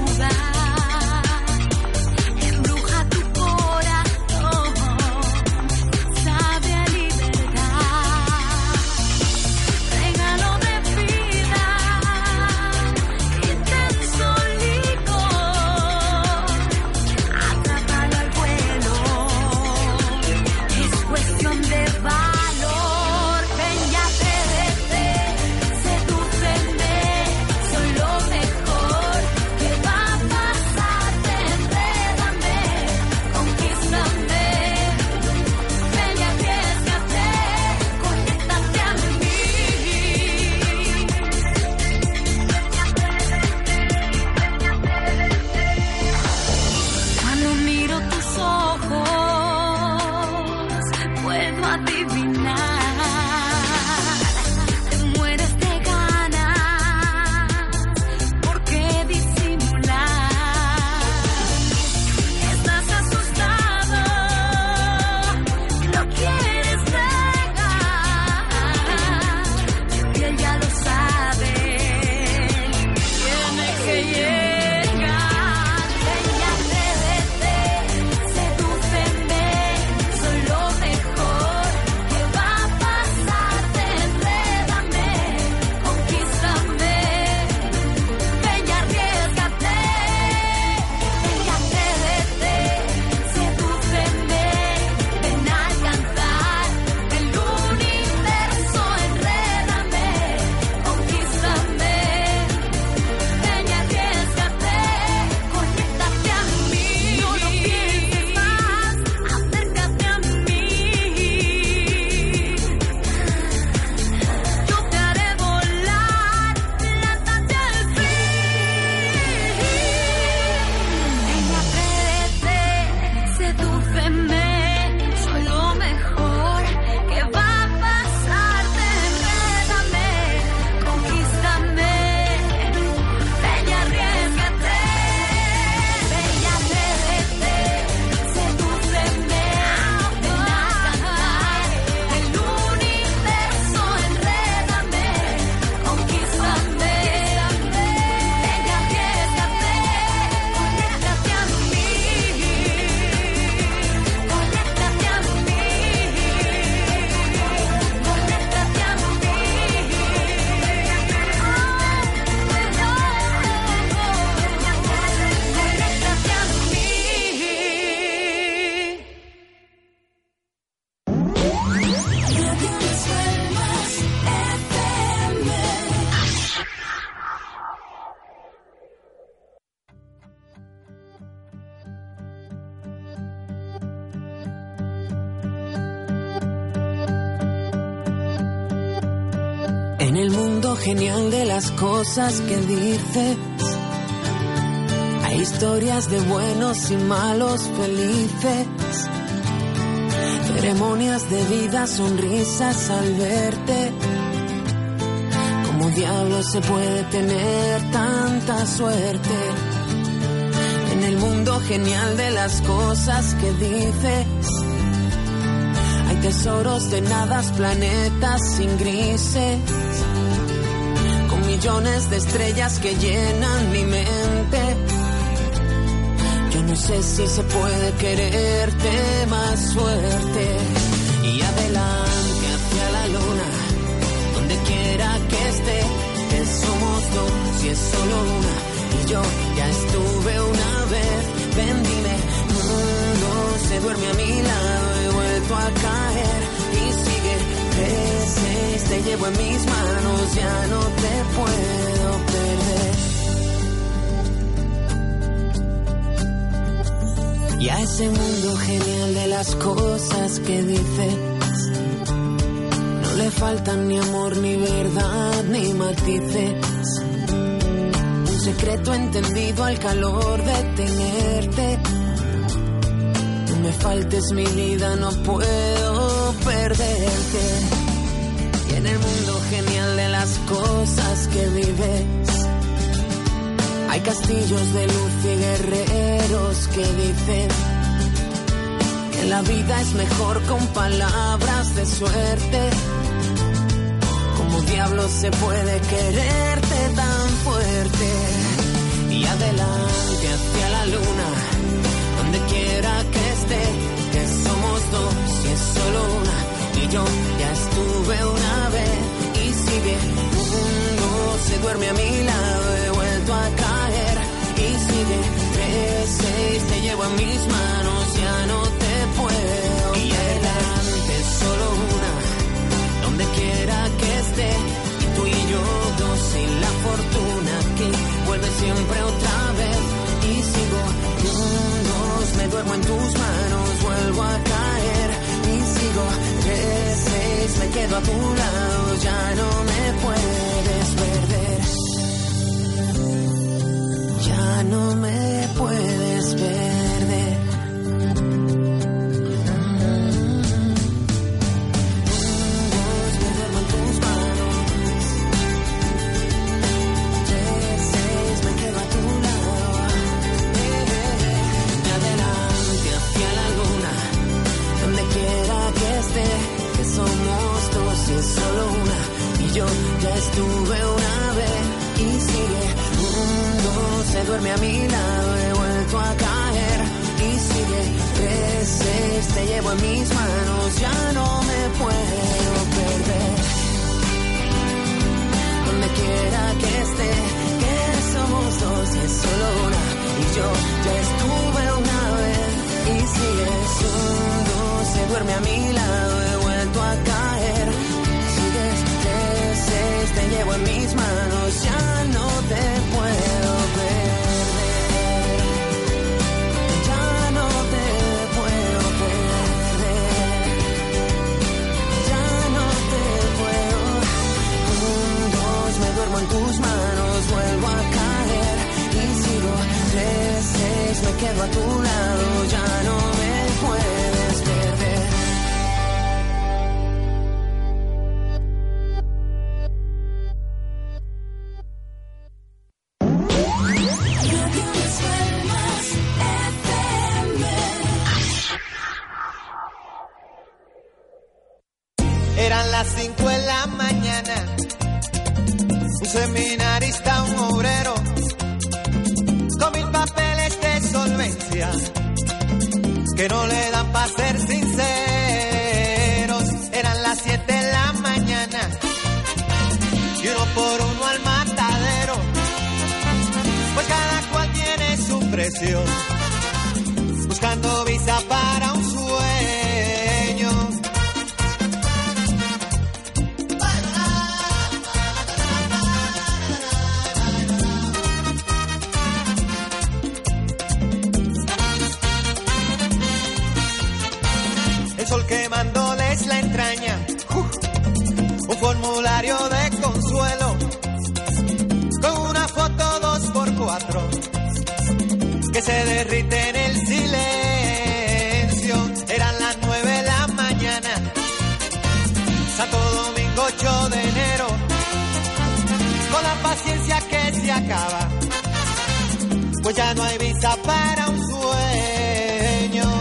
En el mundo genial de las cosas que dices, hay historias de buenos y malos felices, ceremonias de vida, sonrisas al verte. ¿Cómo diablos se puede tener tanta suerte? En el mundo genial de las cosas que dices, hay tesoros de nadas, planetas sin grises, con millones de estrellas que llenan mi mente. Yo no sé si se puede quererte más fuerte. Y adelante hacia la luna, donde quiera que esté, que somos dos y es solo una. Y yo ya estuve una vez, ven dime, mundo se duerme a mi lado, he vuelto a caer y sigue, creces, te llevo en mis manos, ya no te puedo perder. Y a ese mundo genial de las cosas que dices, no le faltan ni amor, ni verdad, ni matices. Secreto entendido al calor de tenerte. No me faltes mi vida, no puedo perderte. Y en el mundo genial de las cosas que vives, hay castillos de luz y guerreros que dicen que la vida es mejor con palabras de suerte. ¿Cómo diablos se puede quererte tan fuerte? Y adelante hacia la luna, donde quiera que esté, que somos dos y es solo una. Y yo ya estuve una vez y sigue, un mundo se duerme a mi lado, he vuelto a caer y sigue, tres, seis, te llevo en mis manos, ya no te puedo. Y adelante solo una, donde quiera que esté, y tú y yo dos sin la fortuna que vuelve siempre otra vez. Y sigo, un, dos, me duermo en tus manos, vuelvo a caer y sigo, tres, seis, me quedo a tu lado, ya no me puedes perder, ya no me puedes perder. Que somos dos y es solo una. Y yo ya estuve una vez y sigue, un, dos, se duerme a mi lado, he vuelto a caer y sigue, tres, seis, te llevo en mis manos, ya no me puedo perder. Donde quiera que esté, que somos dos y es solo una. Y yo ya estuve una vez y sigues, un, dos, se duerme a mi lado, he vuelto a caer, sigues, tres, seis, te llevo en mis manos, ya no te puedo perder, ya no te puedo perder, ya no te puedo, un, dos, me duermo en tus manos, vuelvo a caer y sigo, tres, seis, me quedo a tu lado, ya no me puedes perder. Eran las cinco en la mañana, un seminarista, un obrero, con mil papeles de solvencia, que no le dan para ser sinceros. Eran las siete de la mañana, y uno por uno al matadero, pues cada cual tiene su presión, buscando visa para un sueño. El sol quemándoles la entraña, uh, un formulario de consulta que se derrite en el silencio. Eran las nueve de la mañana, Santo Domingo ocho de enero, con la paciencia que se acaba, pues ya no hay visa para un sueño.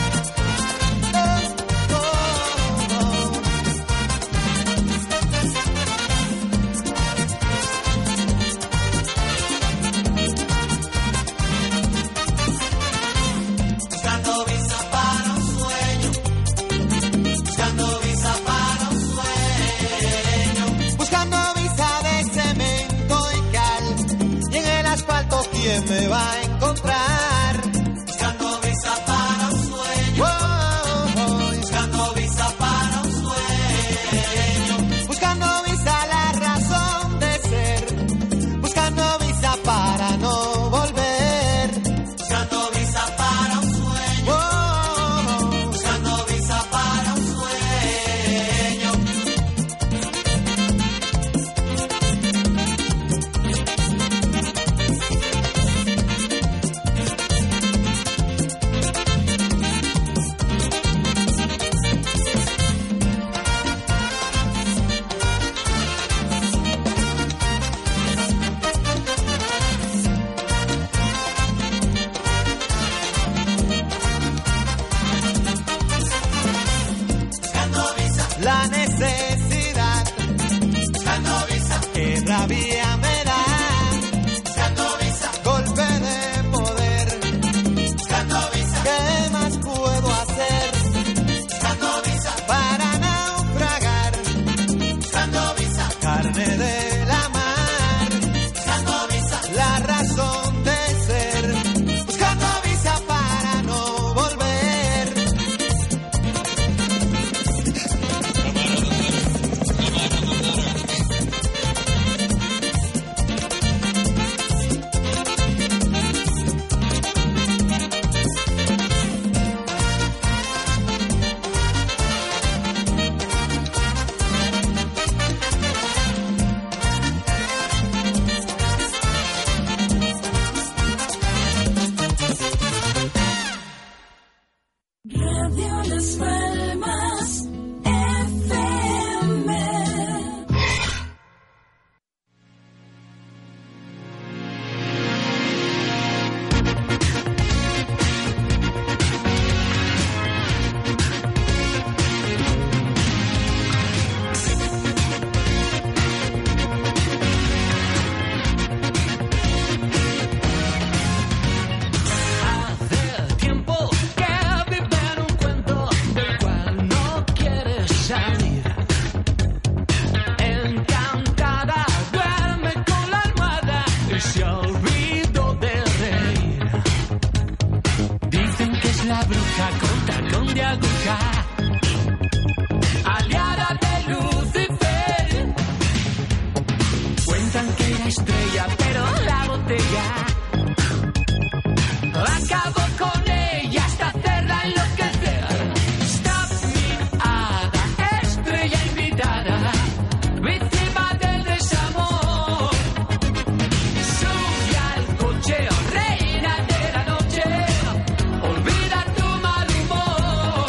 ¿Quién me va a encontrar? Buscando visa para un sueño. Oh, oh, oh. Buscando visa para un sueño. Buscando visa la razón de ser. Buscando visa para no volver. Buscando visa para un sueño. Oh, oh, oh. Buscando visa para un sueño. La necesidad, buscando visa, qué rabia me da, buscando visa, golpe de poder, buscando visa, ¿qué más puedo hacer? Buscando visa, para naufragar, buscando visa, carne de la mar, buscando visa, la razón de ser, buscando visa para no volver. Radio Las Palmas F M. Hace tiempo que vive en un cuento del cual no quiere salir. Encantada duerme con la almohada y se olvidó de reír. Dicen que es la bruja con tacón de aguja, aliada de Lucifer. Cuentan que era estrella, pero la botella acabó con ella hasta hacerla enloquecer. Stop me, hada, estrella invitada, víctima del desamor. Sube al coche, reina de la noche, olvida tu mal humor.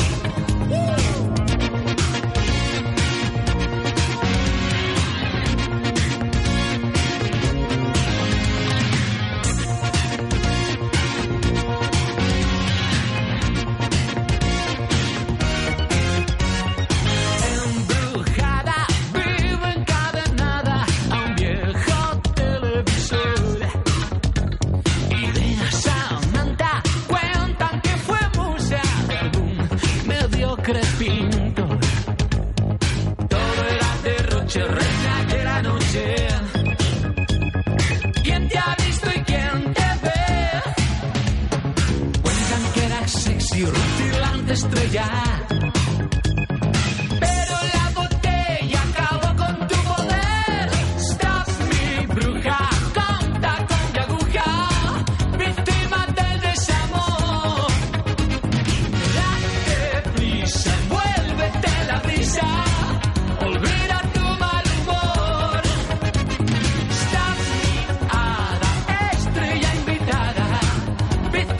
Embrujada, vive encadenada a un viejo televisor. Y de Samantha cuentan que fue musa de algún mediocre pintor. Todo era derroche, reina de la noche. ¿Quién te ha visto y quién te ve? Cuentan que era sexy, rutilante estrella. Pero la botella acabó con tu poder. Stop me, bruja, con tacón de aguja, víctima del desamor. Date prisa, envuélvete la brisa, olvida tu mal humor. Stop me, hada, estrella invitada, víctima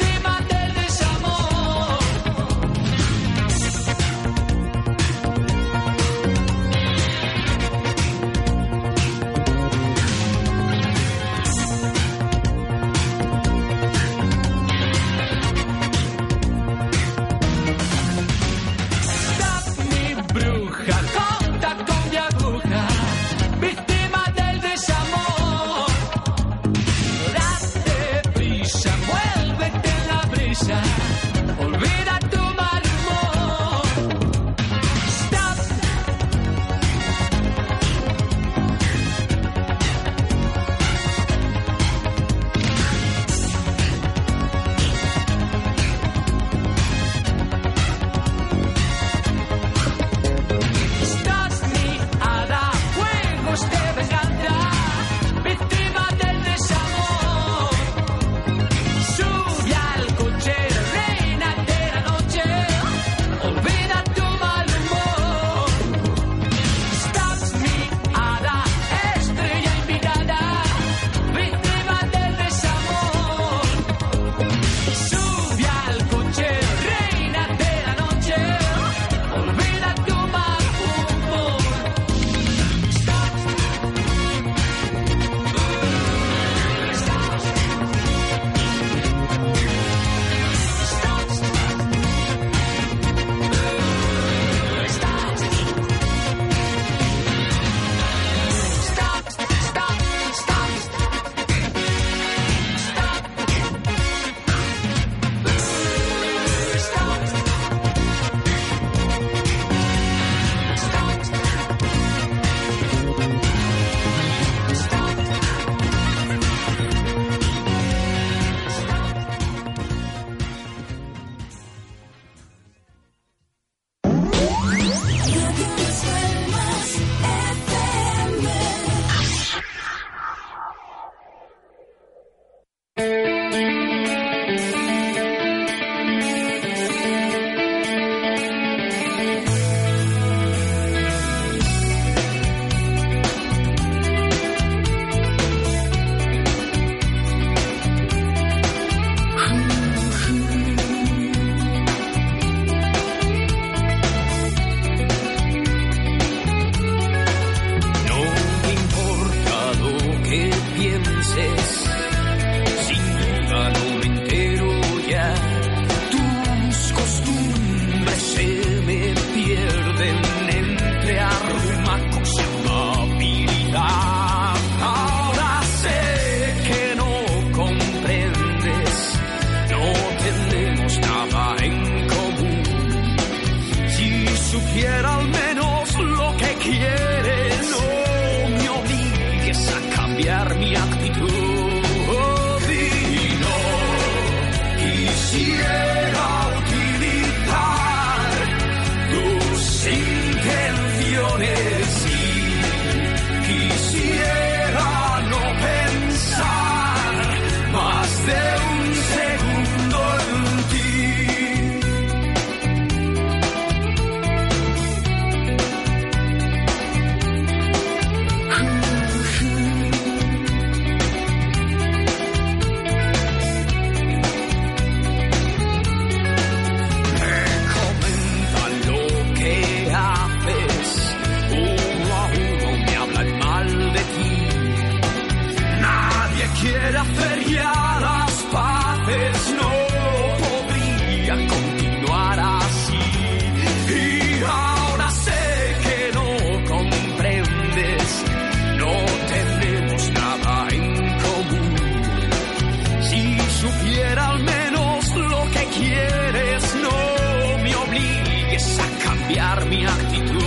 cambiar mi actitud.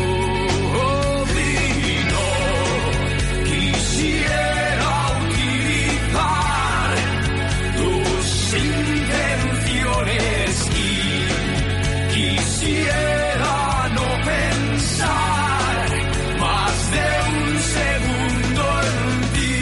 Y no quisiera utilizar tus intenciones y quisiera no pensar más de un segundo en ti.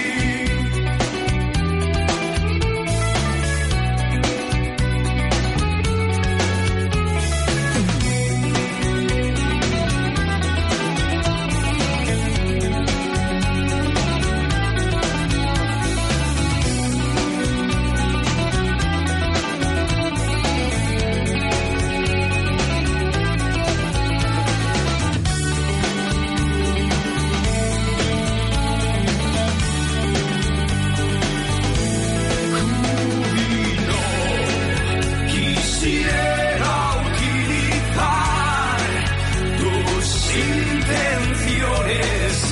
Quisiera utilizar tus intenciones y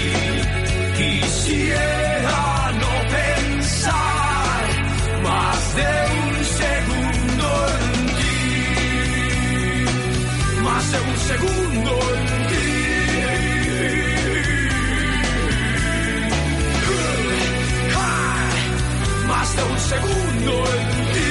quisiera no pensar más de un segundo en ti, más de un segundo en ti. Más de un segundo en ti.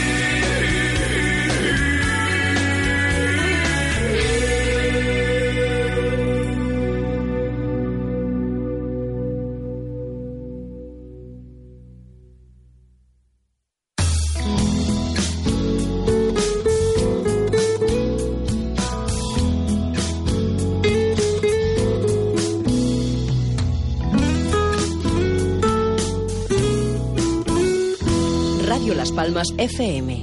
Radio Las Palmas F M.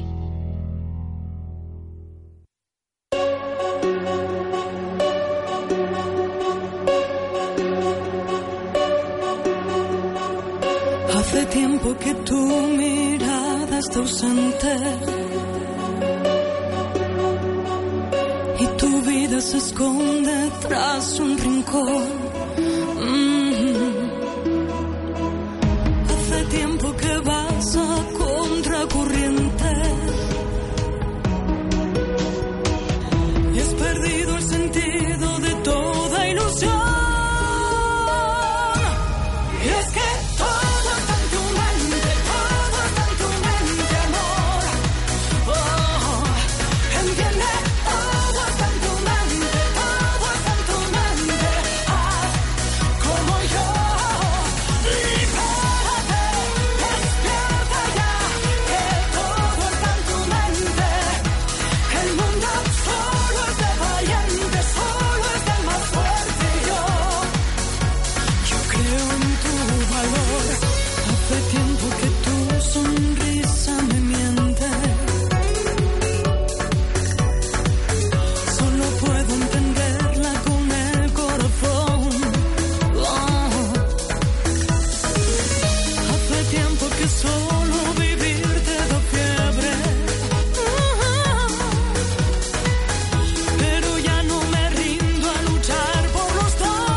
Hace tiempo que tu mirada está ausente y tu vida se esconde tras un rincón. Mm. Hace tiempo que vas a contracorriente y has perdido el sentido de toda ilusión. Y es que todo está en tu mente, todo está en tu mente, amor. Oh, entiende, todo está en tu mente, todo está en tu mente. Haz como yo, libérate, despierta ya, que todo está en tu mente. El mundo solo es de valientes, solo es del más fuerte. Y yo, yo creo en tu valor. Hace tiempo que tu sonrisa me miente. Solo puedo entenderla con el corazón. Oh. Hace tiempo que solo vivir te da fiebre. Pero ya no me rindo a luchar por los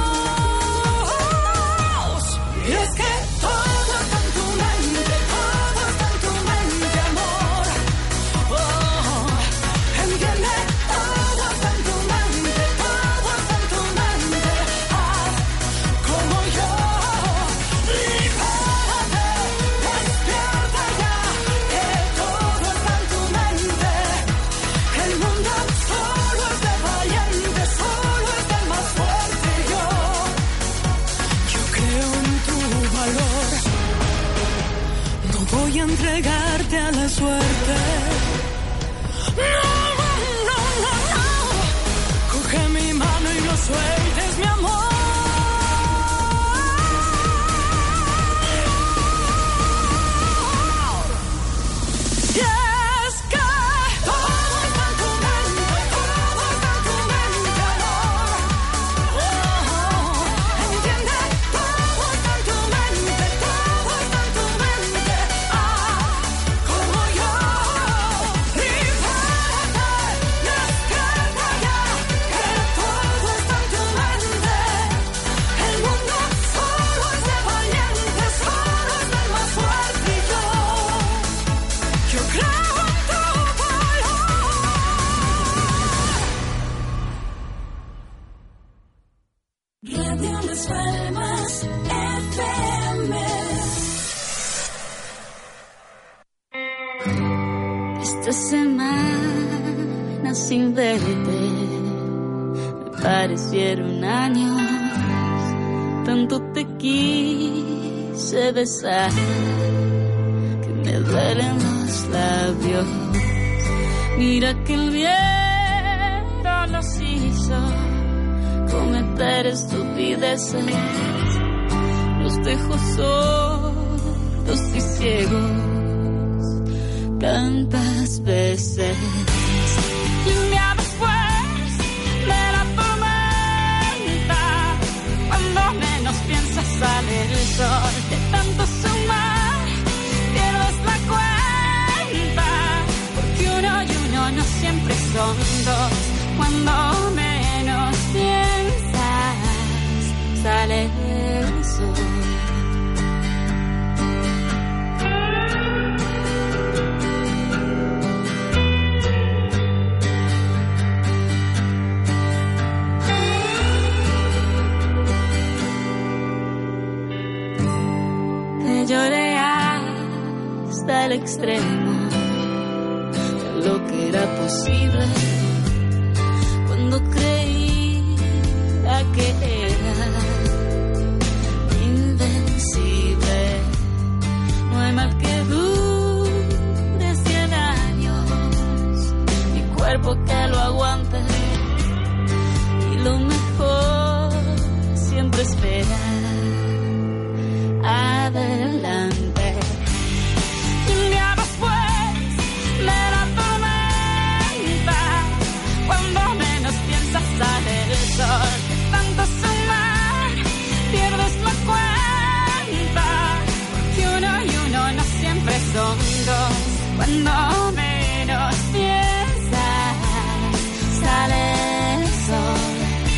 dos. Y es que todo está en tu mente, todo está en tu mente, amor. Oh, entiende, todo está en tu mente, todo está en tu mente. Haz como yo, libérate, despierta ya, que todo está en tu mente. El mundo solo es de valientes, solo es del más fuerte. Y yo, yo creo en tu valor. No voy a entregarte a la suerte. No, no, no, no. Coge mi mano y no sueltes, mi amor. Y es que todo está en tu mente, todo está en tu mente, amor. Oh, entiende, todo está en tu mente, todo está en tu mente. Ah, como yo, libérate, despierta ya, que todo está en tu mente. El mundo solo es de valientes, solo es del más fuerte. Y yo, yo creo. Esta semana sin verte me parecieron años. Tanto te quise besar que me duelen los labios. Mira que el viento nos hizo cometer estupideces. Nos dejó sordos y ciegos tantas veces. Y un día después de la tormenta, cuando menos piensas sale el sol. De tanto sumar pierdes la cuenta, porque uno y uno no siempre son dos. Cuando menos piensas sale el sol. Lloré hasta el extremo de lo que era posible, cuando creía que era invencible. No hay mal que dure cien años, mi cuerpo que lo aguante, y lo mejor siempre espera adelante. Y un día después de la tormenta, cuando menos piensas sale el sol. De tanto sumar pierdes la cuenta, porque uno y uno no siempre son dos. Cuando menos piensas sale el sol.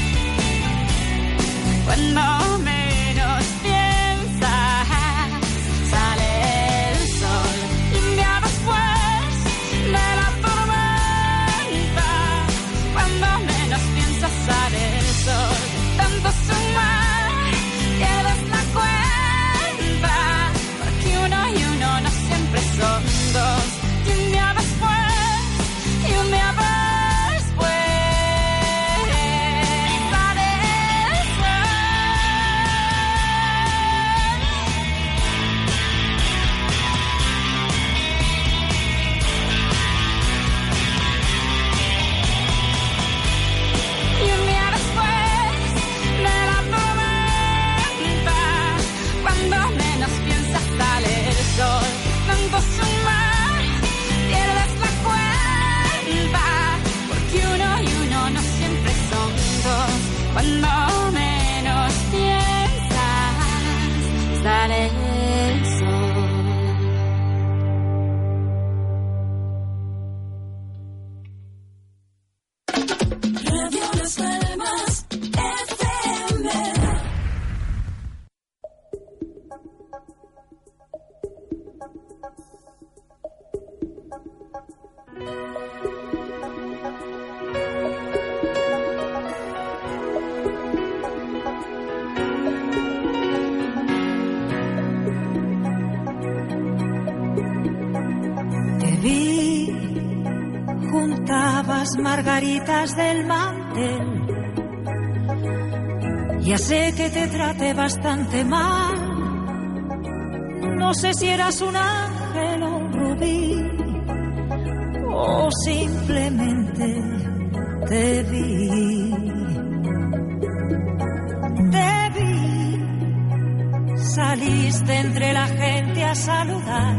Cuando menos piensas sale el sol. Y un día después de la tormenta, cuando menos piensas sale el sol. Tanto sumar pierdes la cuenta, porque uno y uno no siempre son dos. Y un día después, y un día después sale el sol. Y un día después de la tormenta, cuando menos piensas sale el sol. Tanto sumar pierdes la cuenta, porque uno y uno no siempre son dos. Cuando menos piensas sale el sol. Radio Las Palmas F M. Te vi, juntabas margaritas del mantel. Ya sé que te traté bastante mal. No sé si eras un ángel o un rubí, o simplemente te vi. Te vi, saliste entre la gente a saludar.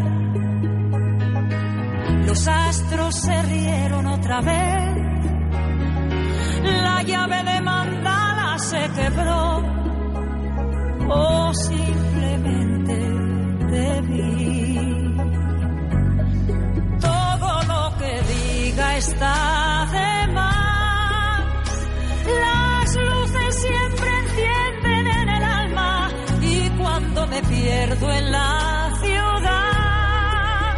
Los astros se rieron otra vez. La llave de mandala se quebró, o simplemente te vi. Todo lo que diga está de más. Las luces siempre encienden en el alma, y cuando me pierdo en la ciudad,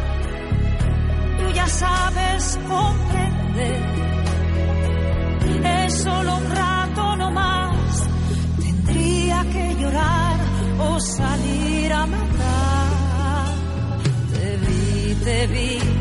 tú ya sabes comprender. Es solo un rato no más. Tendría que llorar o salir a matar. Te vi, te vi